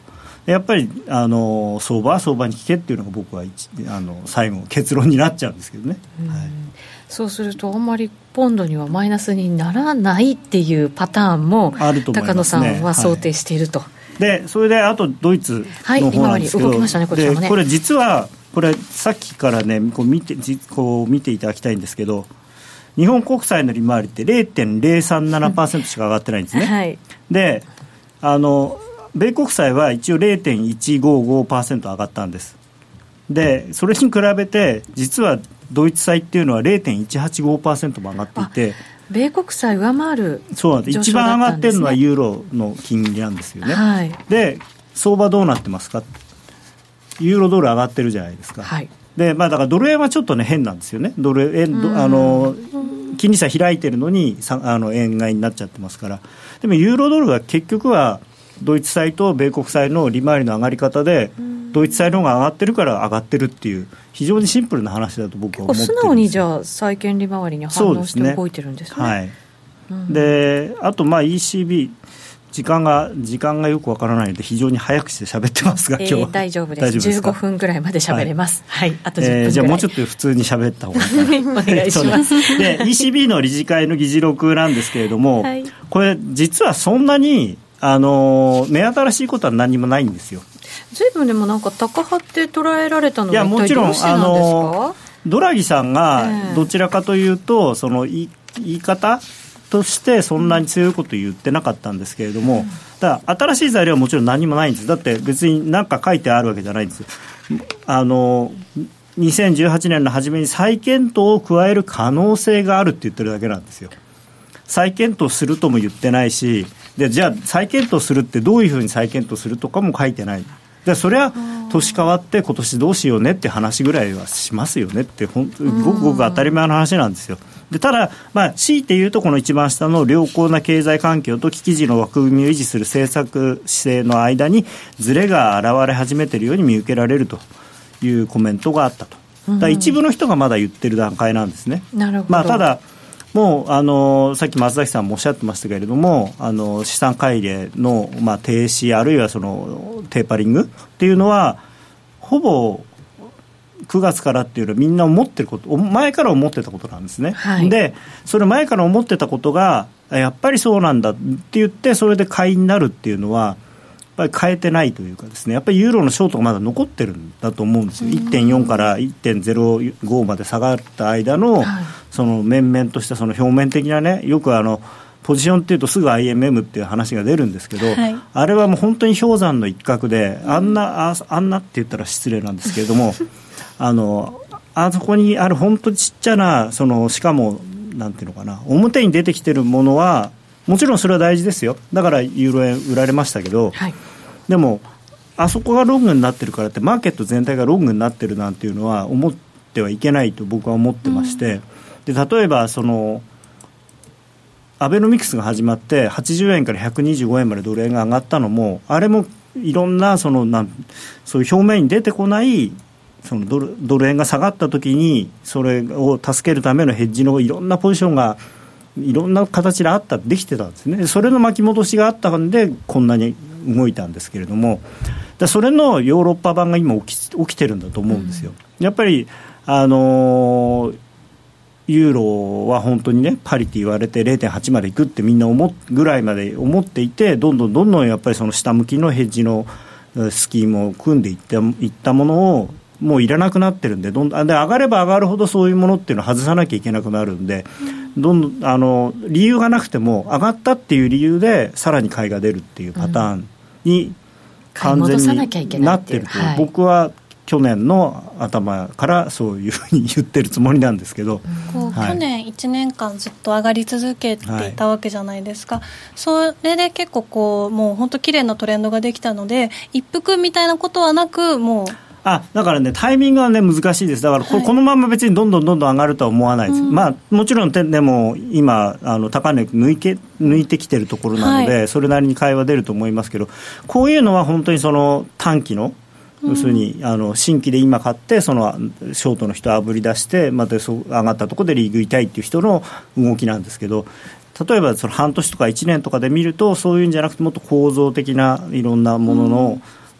やっぱりあの相場は相場に聞けっていうのが僕はあの最後結論になっちゃうんですけどね、 うん、 はい、 そうするとあんまりポンドにはマイナスにならないっていうパターンもあると思いますね。 高野さんは想定していると、はい、 でそれであとドイツの方なんですけど、 はい、今動きましたね、こちらもね。 でこれ実はこれさっきからねこう見てこう見ていただきたいんですけど、日本国債の利回りって ゼロてんゼロさんななパーセント しか上がってないんですね、はい、であの米国債は一応 ゼロてんいちごごパーセント 上がったんです。でそれに比べて実はドイツ債っていうのは ゼロてんいちはちごパーセント も上がっていて、 米国債上回る、 そうなんです。一番上がってるのはユーロの金利なんですよね、はい、で相場どうなってますか。ユーロドル上がってるじゃないですか、はい、でまあ、だからドル円はちょっとね変なんですよね。ドル円あの金利差開いてるのにあの円買いになっちゃってますから。でもユーロドルは結局はドイツ債と米国債の利回りの上がり方でドイツ債の方が上がってるから上がってるっていう非常にシンプルな話だと僕は思ってるんです。 素直にじゃあ債券利回りに反応して動いてるんですね。 はい、うん、であとまあ イーシービー時間が時間がよくわからないので非常に早くして喋ってますが、今日は、 えー、大丈夫です。じゅうごふんぐらいまで喋れます、はいはい、あとじゅっぷんぐらい、 えー、じゃあもうちょっと普通に喋った方がいいかなお願いしますで イーシービー の理事会の議事録なんですけれども、はい、これ実はそんなにあの目新しいことは何もないんですよ。 ずいぶんでもなんか高派って捉えられたのは一体どうしてなんですか。いやもちろんあのドラギさんがどちらかというと、えー、その言い、言い方としてそんなに強いこと言ってなかったんですけれども、うん、だから新しい材料はもちろん何もないんです。だって別に何か書いてあるわけじゃないんです。あのにせんじゅうはちねんの初めに再検討を加える可能性があるって言ってるだけなんですよ。再検討するとも言ってないし、でじゃあ再検討するってどういうふうに再検討するとかも書いてない。でそれは年変わって今年どうしようねって話ぐらいはしますよねって本当にごくごく当たり前の話なんですよ。でただ、まあ、強いて言うとこの一番下の良好な経済環境と危機時の枠組みを維持する政策姿勢の間にズレが現れ始めているように見受けられるというコメントがあったと。だから一部の人がまだ言ってる段階なんですね。 なるほど。 まあ、ただもうあのさっき松崎さんもおっしゃってましたけれども、あの資産買い入れの、まあ、停止あるいはそのテーパリングっていうのはほぼくがつからっていうのはみんな思ってること前から思ってたことなんですね、はい、でそれ前から思ってたことがやっぱりそうなんだって言ってそれで買いになるっていうのはやっぱり変えてないというかですね、やっぱりユーロのショートがまだ残ってるんだと思うんですよ。 いってんよん から いってんゼロご まで下がった間の、はい、その面々としたその表面的なね、よくあのポジションっていうとすぐ アイエムエム っていう話が出るんですけど、はい、あれはもう本当に氷山の一角で、あんな あ, あんなって言ったら失礼なんですけれどもあのあそこにある本当にちっちゃなそのしかもなんていうのかな、表に出てきてるものはもちろんそれは大事ですよ。だからユーロ円売られましたけど、はい、でもあそこがロングになってるからってマーケット全体がロングになってるなんていうのは思ってはいけないと僕は思ってまして、うん、で例えばそのアベノミクスが始まってはちじゅうえんからひゃくにじゅうごえんまでドル円が上がったのも、あれもいろんなそのなんそういう表面に出てこないそのドル、ドル円が下がった時にそれを助けるためのヘッジのいろんなポジションがいろんな形であったできてたんですね。それの巻き戻しがあったんでこんなに動いたんですけれども、だそれのヨーロッパ版が今起き、起きてるんだと思うんですよ、うん、やっぱりあのー、ユーロは本当にねパリって言われて ゼロてんはち までいくってみんな思ぐらいまで思っていて、どんどんどんどんやっぱりその下向きのヘッジのスキームを組んでいったいったものをもういらなくなってるんで、どんで上がれば上がるほどそういうものっていうのを外さなきゃいけなくなるんで、どんどんあの理由がなくても上がったっていう理由でさらに買いが出るっていうパターンに完全になってると、僕は去年の頭からそういうふうに言ってるつもりなんですけど、 こう、はい、去年いちねんかんずっと上がり続けていたわけじゃないですか、はい、それで結構こうもう本当綺麗なトレンドができたので一服みたいなことはなく、もうあだからねタイミングはね難しいです。だからこれこのまま別にどんどんどんどん上がるとは思わないです、うん、まあもちろんでも今あの高値抜いて抜いてきてるところなので、はい、それなりに買いは出ると思いますけど、こういうのは本当にその短期の要するにあの新規で今買ってそのショートの人をあぶり出してまたそう上がったところで利食いたいっていう人の動きなんですけど、例えばその半年とかいちねんとかで見るとそういうんじゃなくてもっと構造的ないろんなものの、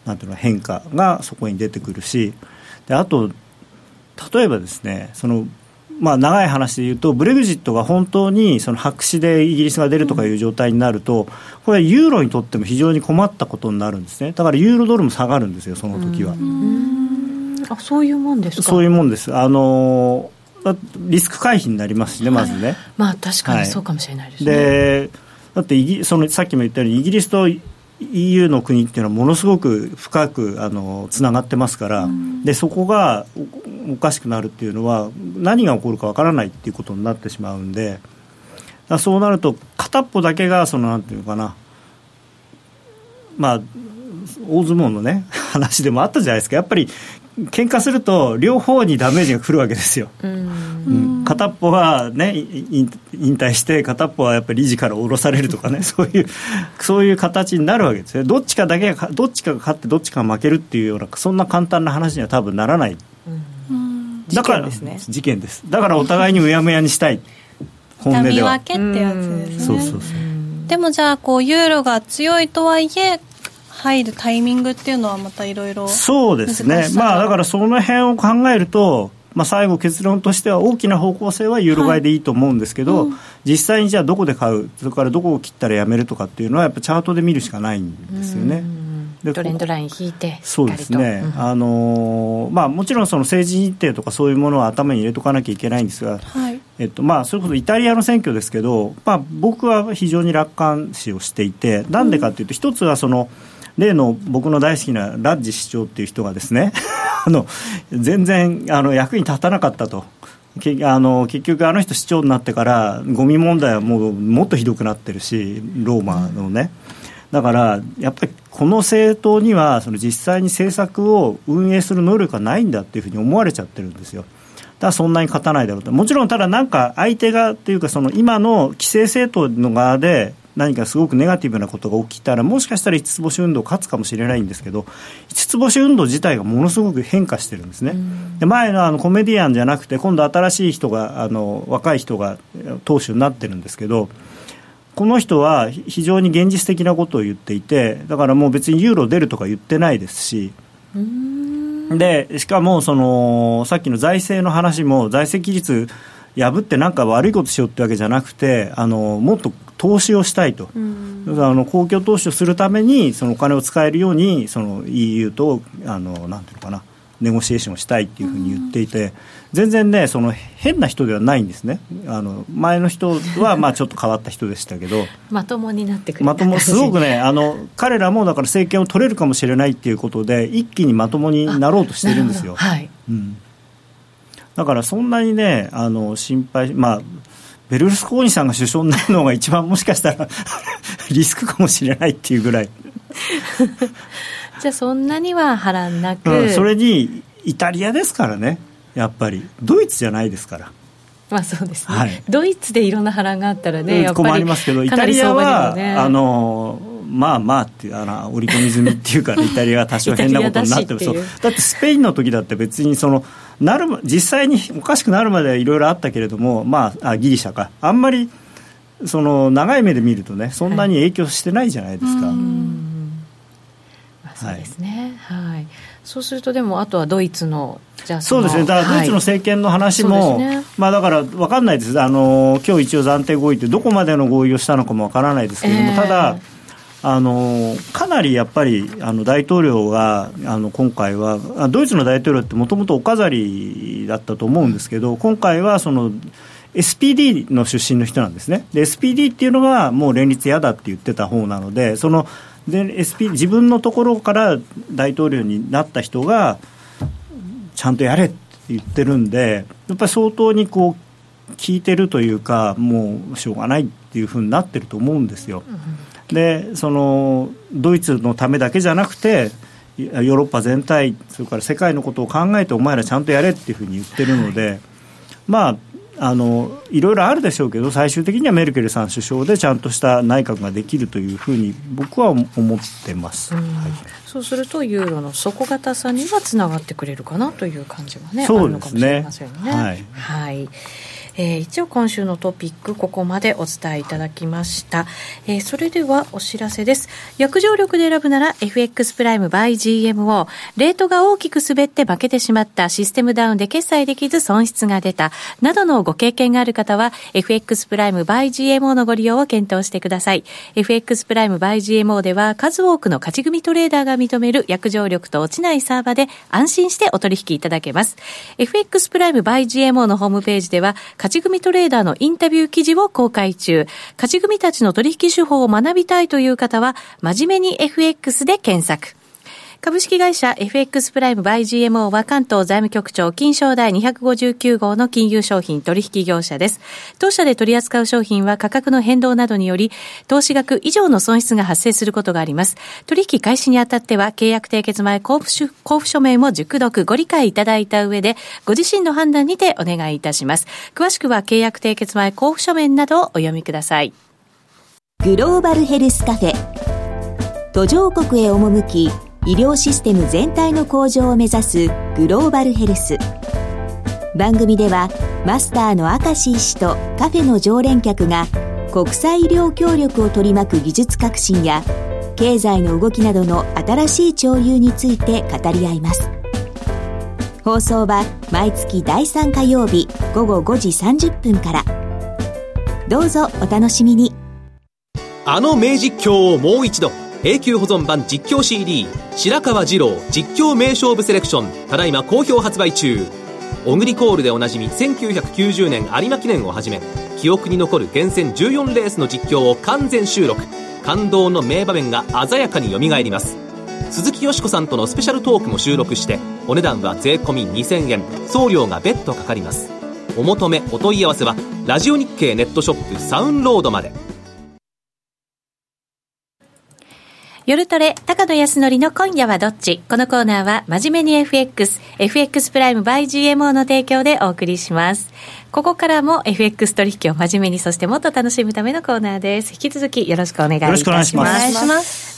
なんていうの変化がそこに出てくるし、であと例えばですね、そのまあ、長い話で言うとブレグジットが本当にその白紙でイギリスが出るとかいう状態になると、これはユーロにとっても非常に困ったことになるんですね。だからユーロドルも下がるんですよ、その時は。 うーん、あ、そういうもんですか。 そういうもんです。あのリスク回避になりますしね、まずね、はい、 まあ確かにそうかもしれないですね、 はい、でだってイギそのさっきも言ったようにイギリスと イーユー の国っていうのはものすごく深くあのつながってますから、うん、でそこがおかしくなるっていうのは何が起こるかわからないっていうことになってしまうんで、だそうなると片っぽだけがそのなんていうのかな、まあ大相撲のね話でもあったじゃないですか。やっぱり喧嘩すると両方にダメージが来るわけですよ、うんうん、片っぽは、ね、引退して片っぽはやっぱり理事から降ろされるとかねそういうそういう形になるわけですよ。どっちかだけがどっちかが勝ってどっちかが負けるっていうようなそんな簡単な話には多分ならない、うん、だから事件ですね。事件です。だからお互いにうやむやにしたい本音では痛み分けってやつですね。 そうそうそう。 でもじゃあこうユーロが強いとはいえ入るタイミングっていうのはまたいろいろそうですね、まあ、だからその辺を考えると、まあ、最後結論としては大きな方向性はユーロ買いでいいと思うんですけど、はい、うん、実際にじゃあどこで買う、それからどこを切ったらやめるとかっていうのはやっぱチャートで見るしかないんですよね。 でトレンドライン引いてそうですね、うん、あのーまあ、もちろんその政治日程とかそういうものは頭に入れとかなきゃいけないんですが、はい、えっとまあ、それこそイタリアの選挙ですけど、まあ、僕は非常に楽観視をしていて、なんでかというと、一つはその例の僕の大好きなラッジ市長っていう人がですねあの全然あの役に立たなかったと。けあの結局あの人市長になってからゴミ問題はもうもっとひどくなってるし、ローマのね、だからやっぱりこの政党にはその実際に政策を運営する能力がないんだっていうふうに思われちゃってるんですよ。だからそんなに勝たないだろうと。もちろんただなんか相手がっていうかその今の既成政党の側で何かすごくネガティブなことが起きたらもしかしたら五つ星運動勝つかもしれないんですけど、五つ星運動自体がものすごく変化してるんですね。で前 の, あのコメディアンじゃなくて今度新しい人があの若い人が党首になってるんですけど、この人は非常に現実的なことを言っていて、だからもう別にユーロ出るとか言ってないですし、うーんでしかもそのさっきの財政の話も財政規律破ってなんか悪いことしようってわけじゃなくて、あのもっと投資をしたいと、うん、だからあの公共投資をするためにそのお金を使えるようにその イーユー とあのなんていうのかなネゴシエーションをしたいっていうふうに言っていて、うん、全然ねその変な人ではないんですね。あの前の人はまあちょっと変わった人でしたけどまともになってくるまともすごくねあの彼らもだから政権を取れるかもしれないっていうことで一気にまともになろうとしてるんですよ。はい、うん、だからそんなにねあの心配、まあベルルスコーニさんが首相になるのが一番もしかしたらリスクかもしれないっていうぐらいじゃあそんなには波乱なく、 うん、それにイタリアですからね、やっぱりドイツじゃないですから。 まあそうですね、はい、ドイツでいろんな波乱があったらね、やっぱり困りますけど、イタリアは、ね、あのまあまあっていうあの織り込み済みっていうか、ね、イタリアは多少変なことになってるそうだってスペインの時だって別にそのなる実際におかしくなるまではいろいろあったけれども、まあ、あギリシャかあんまりその長い目で見るとねそんなに影響してないじゃないですか。はい、うんまあ、そうですね、はいはい、そうするとでもあとはドイツのじゃあそうですね、だからドイツの政権の話も、はいねまあ、だから分かんないです。あの今日一応暫定合意ってどこまでの合意をしたのかも分からないですけれども、えー、ただあのかなりやっぱりあの大統領があの今回はドイツの大統領ってもともとお飾りだったと思うんですけど、今回はその エスピーディー の出身の人なんですね。で エスピーディー っていうのがもう連立嫌だって言ってた方なので、そので エスピーディー 自分のところから大統領になった人がちゃんとやれって言ってるんで、やっぱり相当にこう聞いてるというか、もうしょうがないっていうふうになってると思うんですよ。うんでそのドイツのためだけじゃなくてヨーロッパ全体それから世界のことを考えてお前らちゃんとやれっていうふうに言ってるので、はい、まああのいろいろあるでしょうけど最終的にはメルケルさん首相でちゃんとした内閣ができるというふうに僕は思ってます、うんはい、 そうするとユーロの底堅さにはつながってくれるかなという感じはね、 そうですね、 あるのかもしれませんね。 はい、 はいえー、一応今週のトピックここまでお伝えいただきました、えー、それではお知らせです。約定力で選ぶなら エフエックス プライム by ジーエムオー、 レートが大きく滑って負けてしまった、システムダウンで決済できず損失が出たなどのご経験がある方は エフエックス プライム by ジーエムオー のご利用を検討してください。 エフエックス プライム by ジーエムオー では数多くの勝ち組トレーダーが認める約定力と落ちないサーバーで安心してお取引いただけます。 エフエックス プライム by ジーエムオー のホームページでは勝ち組トレーダーのインタビュー記事を公開中。勝ち組たちの取引手法を学びたいという方は真面目に エフエックス で検索。株式会社 エフエックス プライム by ジーエムオー は関東財務局長金商第にひゃくごじゅうきゅう号の金融商品取引業者です。当社で取り扱う商品は価格の変動などにより投資額以上の損失が発生することがあります。取引開始にあたっては契約締結前交付交付書面も熟読ご理解いただいた上でご自身の判断にてお願いいたします。詳しくは契約締結前交付書面などをお読みください。 グローバルヘルスカフェ、途上国へ赴き医療システム全体の向上を目指すグローバルヘルス。番組ではマスターの明石医師とカフェの常連客が国際医療協力を取り巻く技術革新や経済の動きなどの新しい潮流について語り合います。放送は毎月だいさん火曜日午後ごじさんじゅっぷんから。どうぞお楽しみに。 あの名実況をもう一度、永久保存版実況 シーディー 白川二郎実況名勝負セレクション、ただいま好評発売中。オグリコールでおなじみせんきゅうひゃくきゅうじゅうねん有馬記念をはじめ記憶に残る厳選じゅうよんレースの実況を完全収録。感動の名場面が鮮やかによみがえります。鈴木よしこさんとのスペシャルトークも収録して、お値段は税込みにせんえん、送料が別途かかります。お求めお問い合わせはラジオ日経ネットショップサウンロードまで。 夜トレ高野康則の今夜はどっち。このコーナーは真面目に エフエックス エフエックス プライム by ジーエムオー の提供でお送りします。ここからも エフエックス 取引を真面目に、そしてもっと楽しむためのコーナーです。引き続きよろしくお願いいたします。よろしくお願いします。お願いします。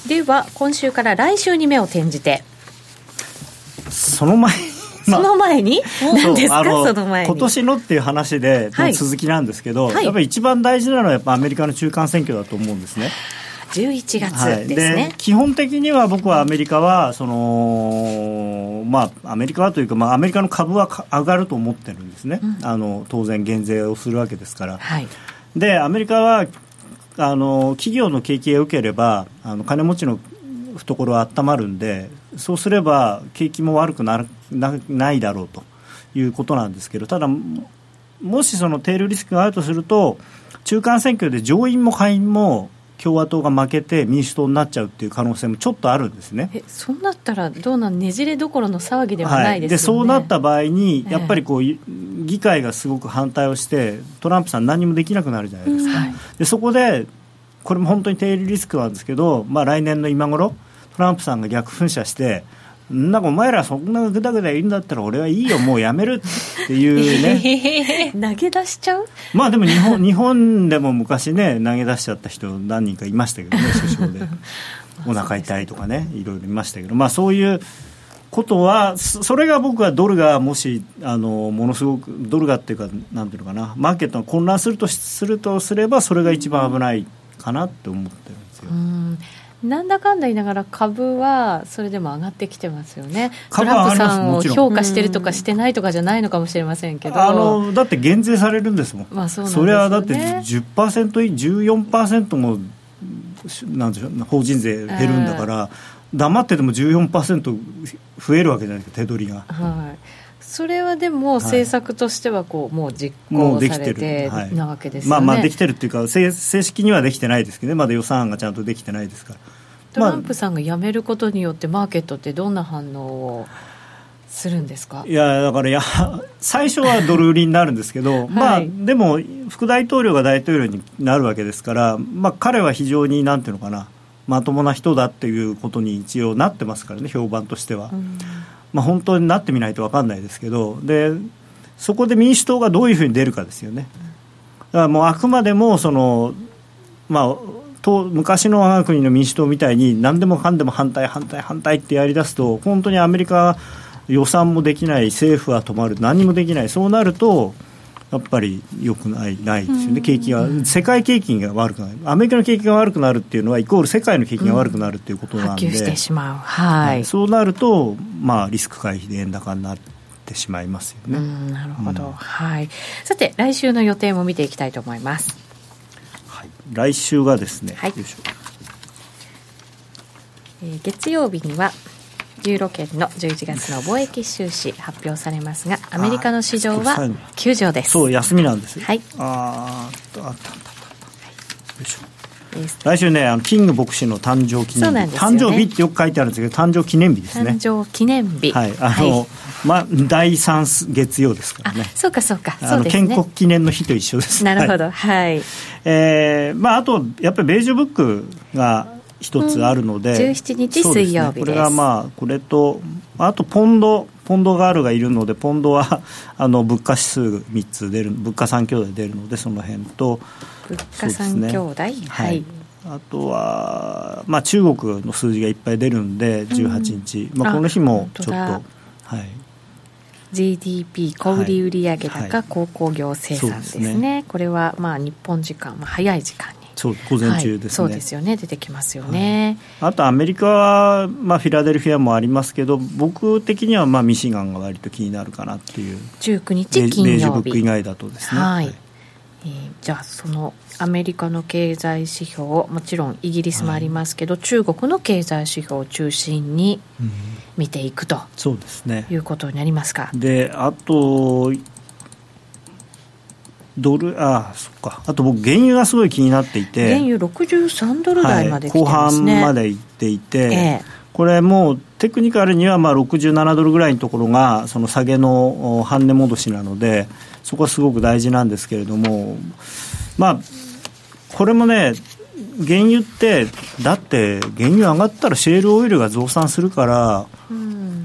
では今週から来週に目を転じて、 その前にその前に何ですか。その前に今年のっていう話での続きなんですけど、はい、やっぱり一番大事なのはやっぱアメリカの中間選挙だと思うんですね。 じゅういちがつですね、 はい、で基本的には僕はアメリカはその、まあ、アメリカはというか、まあ、アメリカの株は上がると思ってるんですね、うん、あの当然減税をするわけですから、はい、でアメリカはあの企業の景気が良ければあの金持ちの懐は温まるんで、そうすれば景気も悪くなる な, ないだろうということなんですけど、ただもしそのテールリスクがあるとすると中間選挙で上院も下院も共和党が負けて民主党になっちゃうっていう可能性もちょっとあるんですね。 えそうなったらどうなん、ねじれどころの騒ぎではないですよね、はい、でそうなった場合にやっぱりこう、ええ、議会がすごく反対をしてトランプさん何もできなくなるじゃないですか、うんはい、でそこでこれも本当にテールリスクなんですけど、まあ、来年の今頃トランプさんが逆噴射してなんかお前らそんなぐだぐだいいんだったら俺はいいよもうやめるっていうね投げ出しちゃう。 まあでも日本、日本でも昔ね投げ出しちゃった人何人かいましたけどね、首相でお腹痛いとかねいろいろいましたけど、まあそういうことはそれが僕はドルがもしあのものすごくドルがっていうかなんていうのかなマーケットが混乱するとするとすればそれが一番危ないかなって思ってるんですよ。 うんなんだかんだ言いながら株はそれでも上がってきてますよね。トランプさんを評価してるとかしてないとかじゃないのかもしれませんけど、 あのだって減税されるんですもん、 まあ、そうなんですよね。 それはだって じゅっパーセント じゅうよんパーセント もなんでしょう法人税減るんだから、えー、黙ってても じゅうよんパーセント 増えるわけじゃないですか手取りが、はい、 それはでも政策としてはこうもう実行されてなわけですよね。 まあまあできてるっていうか正式にはできてないですけどね、まだ予算案がちゃんとできてないですから。 トランプさんが辞めることによってマーケットってどんな反応をするんですか。 いやだからや最初はドル売りになるんですけど、はいまあ、でも副大統領が大統領になるわけですから、まあ、彼は非常になんていうのかなまともな人だっていうことに一応なってますからね、評判としては、うんまあ、本当になってみないと分かんないですけど、でそこで民主党がどういうふうに出るかですよね。だからもうあくまでもそのまあと昔の我が国の民主党みたいに何でもかんでも反対反対反対ってやり出すと本当にアメリカ予算もできない、政府は止まる、何もできない、そうなるとやっぱり良くないないですよね。景気が世界景気が悪くなる、アメリカの景気が悪くなるっていうのはイコール世界の景気が悪くなるっていうことなんで、 波及してしまう、はい、 そうなると、まあ、リスク回避で円高になってしまいますよね。 うん、なるほど、うん、はい。さて来週の予定も見ていきたいと思います。 はい、来週がですね、 はい、 よいしょ、 えー、月曜日にはユーロ圏のじゅういちがつの貿易収支発表されますが、アメリカの市場は休場です。 そう、休みなんですよ。 はい、 ああったあったあった、はい、よいしょ。来週ね、あのキング牧師の誕生記念日、ね、誕生日ってよく書いてあるんですけど、誕生記念日ですね。 誕生記念日、 はい、あの、はい、まあ、だいさん月曜ですからね。 あ、そうかそうか、 あのそうですね、建国記念の日と一緒です。 なるほど、はい、はい、 えーまあ、あとやっぱりベージュブックが一つあるので、うん、 じゅうしちにち水曜日です。 これがまあこれとあとポンドポンドガールがいるので、ポンドはあの物価指数みっつ出る、物価さん兄弟出るので、その辺と物価さん兄弟、ね、はい、 あとは、まあ、中国の数字がいっぱい出るんでじゅうはちにち、うん、まあ、この日もちょっと、はい、 ジーディーピー 小売売上高、はい、鉱工業生産ですね、ね、これはまあ日本時間、まあ、早い時間に、 そう午前中ですね、 はい、そうですよね、出てきますよね、 はい、あとアメリカは、まあ、フィラデルフィアもありますけど、僕的にはまあミシガンが割と気になるかなっていう、 じゅうくにち金曜日、 ベージュブック以外だとですね、 はい、えー、じゃあそのアメリカの経済指標、もちろんイギリスもありますけど、はい、中国の経済指標を中心に見ていくと、うん、 そうですね、 いうことになりますか。 であとドル、あそっか、あと僕原油がすごい気になっていて、 原油ろくじゅうさんドル台まで来てますね、 はい、後半まで行っていて、 ええ、 これもうテクニカルにはまあろくじゅうななドルぐらいのところがその下げの半値戻しなので、そこはすごく大事なんですけれども、まあこれもね、原油ってだって原油上がったらシェールオイルが増産するから、うん、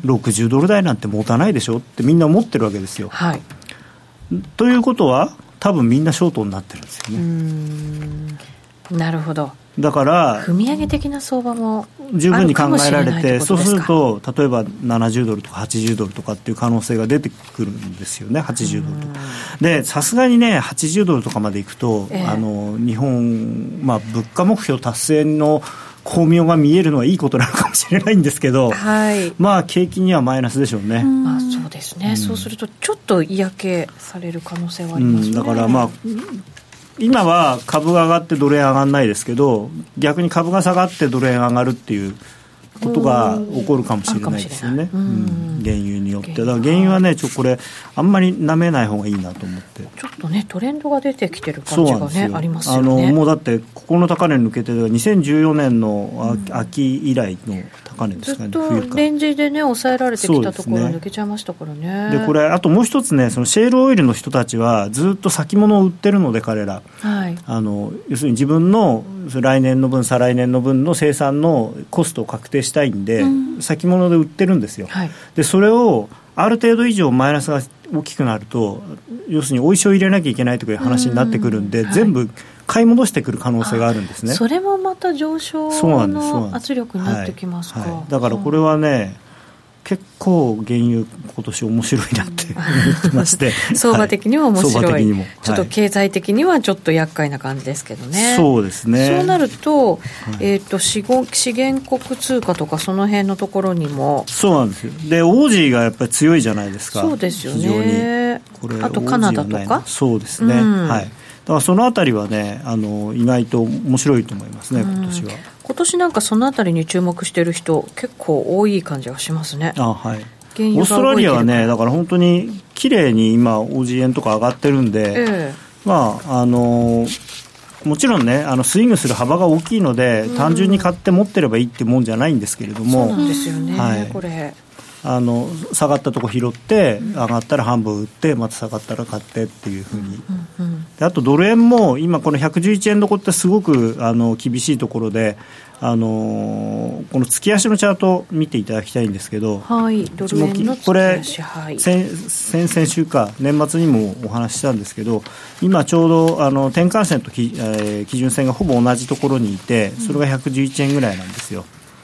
ろくじゅうドル台なんて持たないでしょってみんな思ってるわけですよ、 はい、 ということは多分みんなショートになってるんですよね。 うーん、なるほど。 だから踏み上げ的な相場も十分に考えられて、そうすると例えばななじゅうドルとかはちじゅうドルとかっていう可能性が出てくるんですよね。はちじゅうドルとかで、さすがにねはちじゅうドルとかまでいくと、えー、あの日本、まあ、物価目標達成の巧妙が見えるのはいいことなのかもしれないんですけど、 はい、 まあ景気にはマイナスでしょうね。 まあ、そうですね、うん、そうするとちょっと嫌気される可能性はありますね、 うん、だからまあ今は株が上がってドル円上がらないですけど、逆に株が下がってドル円上がるっていうことが起こるかもしれないですよね、うん、原油によって。だから原油はね、ちょこれあんまり舐めない方がいいなと思って、 ちょっとねトレンドが出てきてる感じがねありますよね。 あのもうだってここの高値抜けてにせんじゅうよねんの秋以来の高値ですかね。 ずっとレンジでね抑えられてきたところ抜けちゃいましたからね。 でこれあともう一つね、そのシェールオイルの人たちはずっと先物を売ってるので、彼ら、はい、あの要するに自分の来年の分再来年の分の生産のコストを確定したいんで、うん、先物で売ってるんですよ、はい、でそれをある程度以上マイナスが大きくなると、要するにおいしを入れなきゃいけないという話になってくるんで、うん、全部買い戻してくる可能性があるんですね。 それもまた上昇の圧力になってきますか。 はいはい、だからこれはね、結構原油今年面白いなって思ってまして相場的には面白い、はい、 もちょっと経済的にはちょっと厄介な感じですけどね。 そうですね。 そうなると、はい、えー、と資源国通貨とかその辺のところにもそうなんですよ。でオージーがやっぱり強いじゃないですか。 そうですよね。これあとカナダとかそうですね、うん、はい。だからそのあたりはね、あの意外と面白いと思いますね、今年は。 今年なんかそのあたりに注目している人結構多い感じがしますね。 あ、はい。オーストラリアはね、だから本当に綺麗に今 オージー 円とか上がってるんで、えー、まああのもちろんね、あのスイングする幅が大きいので、うん、単純に買って持ってればいいってもんじゃないんですけれども、 そうなんですよね、はい、これあの下がったとこ拾って、うん、上がったら半分売ってまた下がったら買ってっていうふうに、うんうん、であとドル円も今このひゃくじゅういちえんどこってすごくあの厳しいところで、あのー、この月足のチャートを見ていただきたいんですけど、 はい、ドル円の月足、はい、 先, 先々週か年末にもお話ししたんですけど、今ちょうどあの転換線とき、えー、基準線がほぼ同じところにいて、それがひゃくじゅういちえんぐらいなんですよ。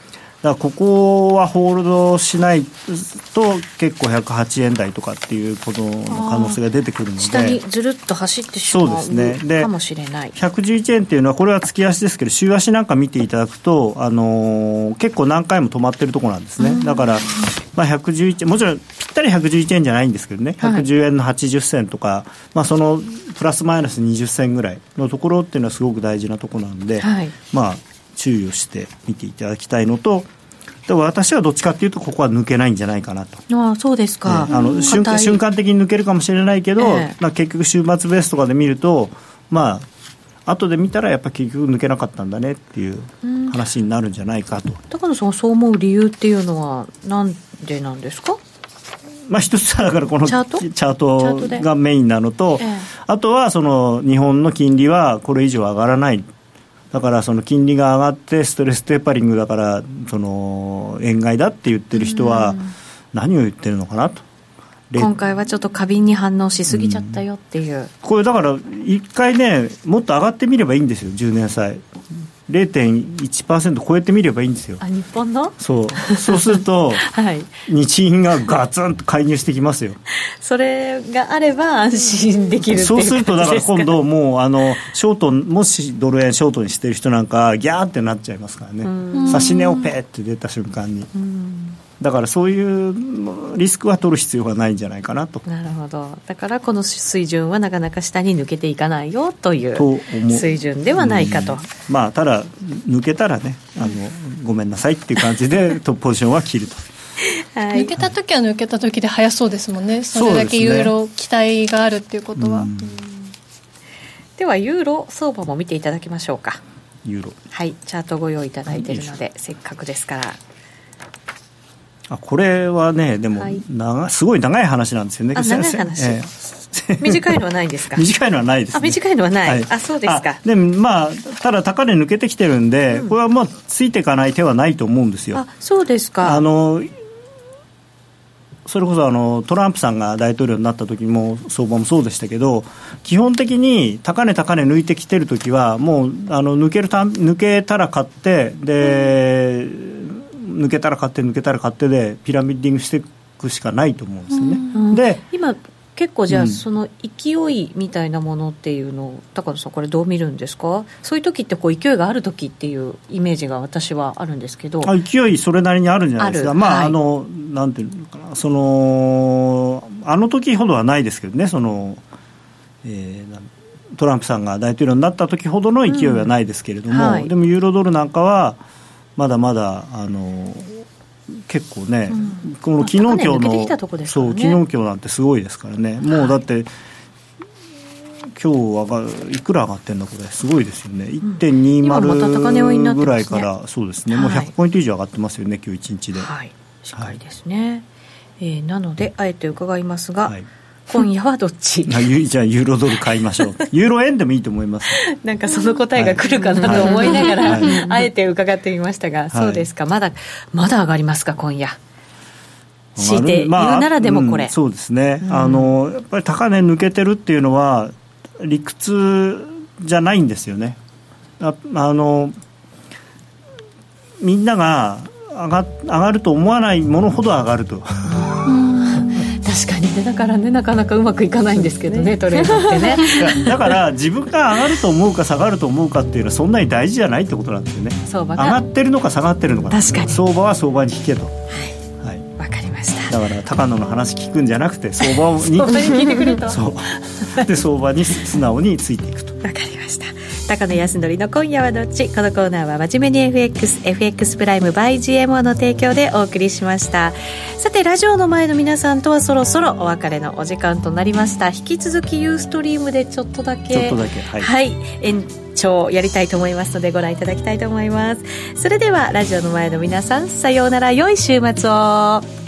だからここはホールドしないと結構ひゃくはちえん台とかっていうことの可能性が出てくるので、 下にずるっと走ってしまう、 そうですね、でかもしれない。 ひゃくじゅういちえんっていうのはこれは月足ですけど、週足なんか見ていただくと、あのー、結構何回も止まってるところなんですね。だから、まあ、ひゃくじゅういちえん、もちろんぴったりひゃくじゅういちえんじゃないんですけどね、ひゃくじゅうえんのはちじゅっせんとか、まあ、そのプラスマイナスにじゅっせんぐらいのところっていうのはすごく大事なところなので、はい、まあ注意をして見ていただきたいのと、でも私はどっちかというとここは抜けないんじゃないかなと。 ああ、そうですか、 ね、あの瞬間、瞬間的に抜けるかもしれないけど、えーまあ、結局週末ベースとかで見ると、まあ後で見たらやっぱ結局抜けなかったんだねっていう話になるんじゃないかと。 高野さんはそう思う理由っていうのはなんでなんですか？ まあ、一つはだからこのチャート、チャートがメインなのと、ええ、あとはその日本の金利はこれ以上上がらない、だからその金利が上がってストレステーパリングだからその円買いだって言ってる人は何を言ってるのかなと。 今回はちょっと過敏に反応しすぎちゃったよっていう、うん、 これだから一回ねもっと上がってみればいいんですよ。じゅうねん債 ゼロてんいちパーセント 超えてみればいいんですよ。 あ、日本のそうそうすると、はい、日銀がガツンと介入してきますよ。 それがあれば安心できるっていうそうするとだから今度もうあのショートもしドル円ショートにしてる人なんかギャーってなっちゃいますからね。指し値をペーって出た瞬間に、だからそういうリスクは取る必要がないんじゃないかなと。 なるほど。だからこの水準はなかなか下に抜けていかないよという水準ではないかと。 まあただ抜けたらね、あのごめんなさいっていう感じでポジションは切ると。 はい、抜けた時は抜けた時で早そうですもんね。それだけユーロ期待があるっていうことは。うん、 ではユーロ相場も見ていただきましょうか。 ユーロ、 はい、チャートご用意いただいているのでせっかくですから。 あ、これはねでも、はい、長すごい長い話なんですよね。 あ、長い話、えー、短いのはないですか？ 短いのはないです、ね、 あ、短いのはない、はい、あ、そうですか。 でもまあただ高値抜けてきてるんで、うん、これはもうついていかない手はないと思うんですよ。 あ、そうですか。 あのそれこそあのトランプさんが大統領になった時も相場もそうでしたけど、基本的に高値高値抜いてきてる時はもうあの抜けるた抜けたら買ってで、うん抜けたら買って抜けたら買ってでピラミッディングしていくしかないと思うんですよね。 うん、 で今結構じゃあ、うん、その勢いみたいなものっていうのを高野さんこれどう見るんですか？そういう時ってこう勢いがある時っていうイメージが私はあるんですけど。 あ、勢いそれなりにあるんじゃないですか。まあ、はい、あのなんていうのかな、そのあの時ほどはないですけどね、その、えー、トランプさんが大統領になった時ほどの勢いはないですけれども、うんはい、でもユーロドルなんかはまだまだあの結構ね、うん、この昨日今日の、ね、そう昨日今日なんてすごいですからね、はい、もうだって今日上がいくら上がってんだこれすごいですよね、うん、いってんにじゅう ぐらいから、そうですね、はい、もうひゃくポイント以上上がってますよね今日いちにちで、 はい、しっかりですね、はい、えー、なのであえて伺いますが、はい、今夜はどっち？ じゃあユーロドル買いましょう。ユーロ円でもいいと思います。 なんかその答えが来るかなと思いながら、はいはい、あえて伺ってみましたが、はい、そうですか、まだまだ上がりますか今夜。強いて言うならでもこれ、 まあうん、そうですね、うん、あのやっぱり高値抜けてるっていうのは理屈じゃないんですよね。ああのみんなが上が、上がると思わないものほど上がると。 確かにね、だからねなかなかうまくいかないんですけどねトレードってね。 だから自分が上がると思うか下がると思うかっていうのはそんなに大事じゃないってことなんですよね。 相場が上がってるのか下がってるのか、 確かに相場は相場に引けと。はい 、はい、分かりました。 だから高野の話聞くんじゃなくて相場に相場に聞いてくれと。 そうで相場に素直についていくと。 分かりました。高野康則の今夜はどっち。このコーナーは真面目に エフエックス エフエックス プライム by ジーエムオー の提供でお送りしました。さてラジオの前の皆さんとはそろそろお別れのお時間となりました。引き続きユーストリームでちょっとだけちょっとだけ、はい、 はい、延長やりたいと思いますのでご覧いただきたいと思います。それではラジオの前の皆さんさようなら、良い週末を。